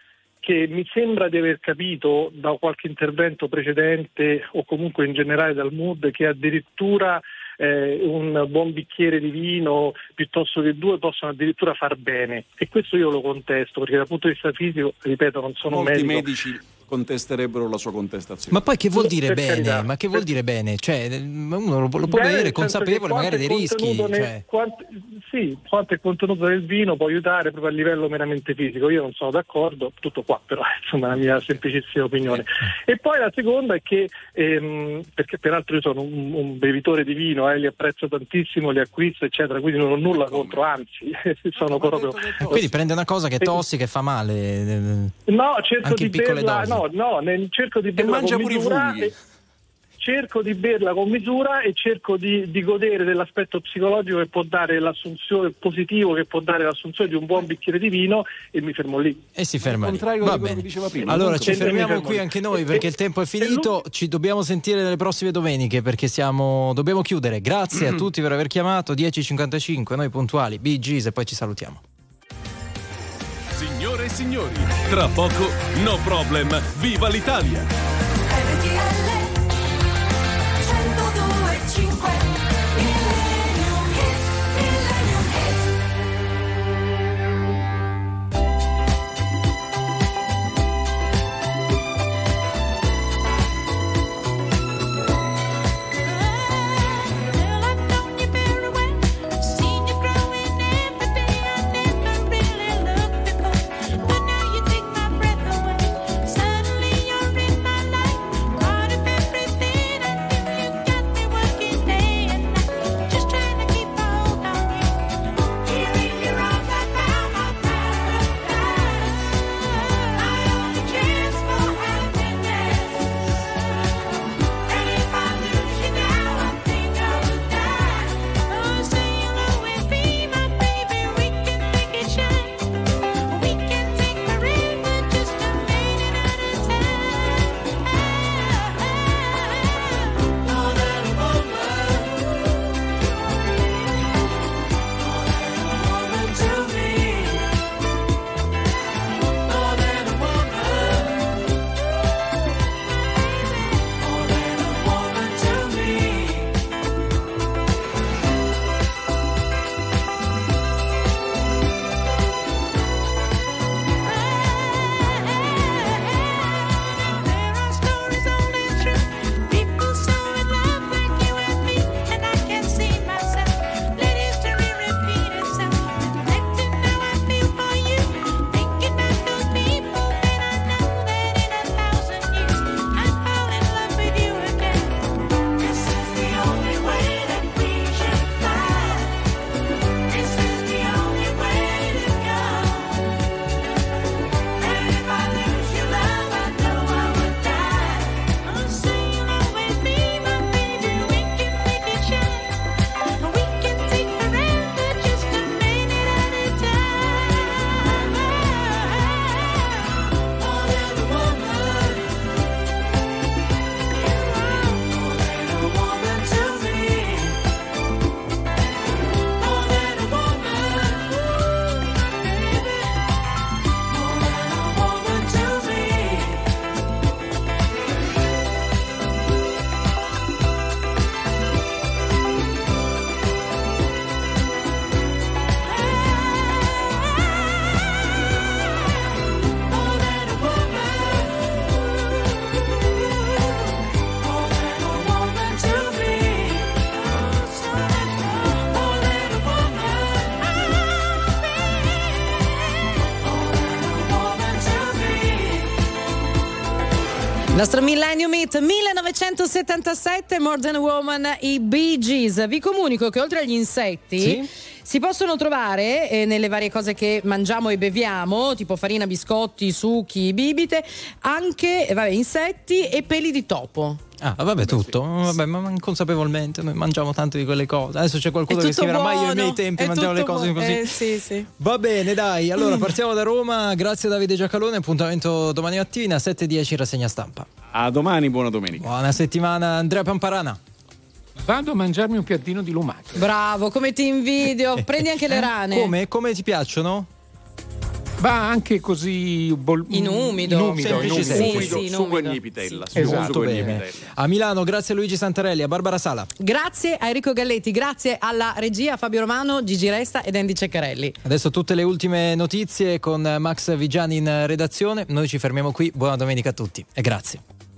che mi sembra di aver capito da qualche intervento precedente o comunque in generale dal Mood che addirittura eh, un buon bicchiere di vino piuttosto che due possono addirittura far bene, e questo io lo contesto perché dal punto di vista fisico, ripeto, non sono Molti medico. medici contesterebbero la sua contestazione. Ma poi che vuol dire Per bene? carità. Ma che vuol dire bene? Cioè, uno lo, lo può Bene, vedere nel senso consapevole che magari dei quanto è rischi. contenuto nel- Cioè. quanto- sì, quanto è contenuto del vino può aiutare proprio a livello meramente fisico. Io non sono d'accordo, tutto qua, però insomma la mia semplicissima opinione. E poi la seconda è che, ehm, perché peraltro io sono un, un bevitore di vino, eh, li apprezzo tantissimo, li acquisto, eccetera, quindi non ho nulla contro, anzi, sono proprio... Quindi prende una cosa che è tossica e fa male. No, cerco Anche di in piccole berla, dosi. no, no, nel- cerco di berla mangia con pure i misura funghi. e- cerco di berla con misura e cerco di, di godere dell'aspetto psicologico che può dare l'assunzione, positivo che può dare l'assunzione di un buon bicchiere di vino, e mi fermo lì. E si ferma lì. contrario Va di quello bene. che diceva prima. Allora Comunque- ci fermiamo qui lì. anche noi E- perché e- il tempo è e finito. Ci dobbiamo sentire nelle prossime domeniche perché siamo dobbiamo chiudere. Grazie a tutti per aver chiamato. dieci e cinquantacinque, noi puntuali, Bee Gees, e poi ci salutiamo. Signore e signori, tra poco No Problem, viva l'Italia! Suddenly you're in my life, part of everything. I think you got me working day Il nostro Millennium Hit millenovecentosettantasette, More Than a Woman, i Bee Gees. Vi comunico che oltre agli insetti sì? si possono trovare eh, nelle varie cose che mangiamo e beviamo, tipo farina, biscotti, succhi, bibite, anche eh, vabbè, insetti e peli di topo. Ah, vabbè, tutto. Vabbè, ma inconsapevolmente noi mangiamo tante di quelle cose. Adesso c'è qualcuno che scriverà: ma io ai miei tempi mangiavo le cose così. Eh, sì, sì. Va bene, dai. Allora partiamo da Roma. Grazie a Davide Giacalone. Appuntamento domani mattina sette e dieci, rassegna stampa. A domani, buona domenica. Buona settimana, Andrea Pamparana. Vado a mangiarmi un piattino di lumache. Bravo, come ti invidio. Prendi anche le rane. Come? Come ti piacciono? Va anche così bol- in umido, in umido, in umido. Sì, umido sì, sugo e umido. gnipitella. Sì. Esatto, bene. A Milano, grazie a Luigi Santarelli, a Barbara Sala. Grazie a Enrico Galletti, grazie alla regia, Fabio Romano, Gigi Resta ed Andy Ceccarelli. Adesso tutte le ultime notizie con Max Vigiani in redazione. Noi ci fermiamo qui. Buona domenica a tutti e grazie.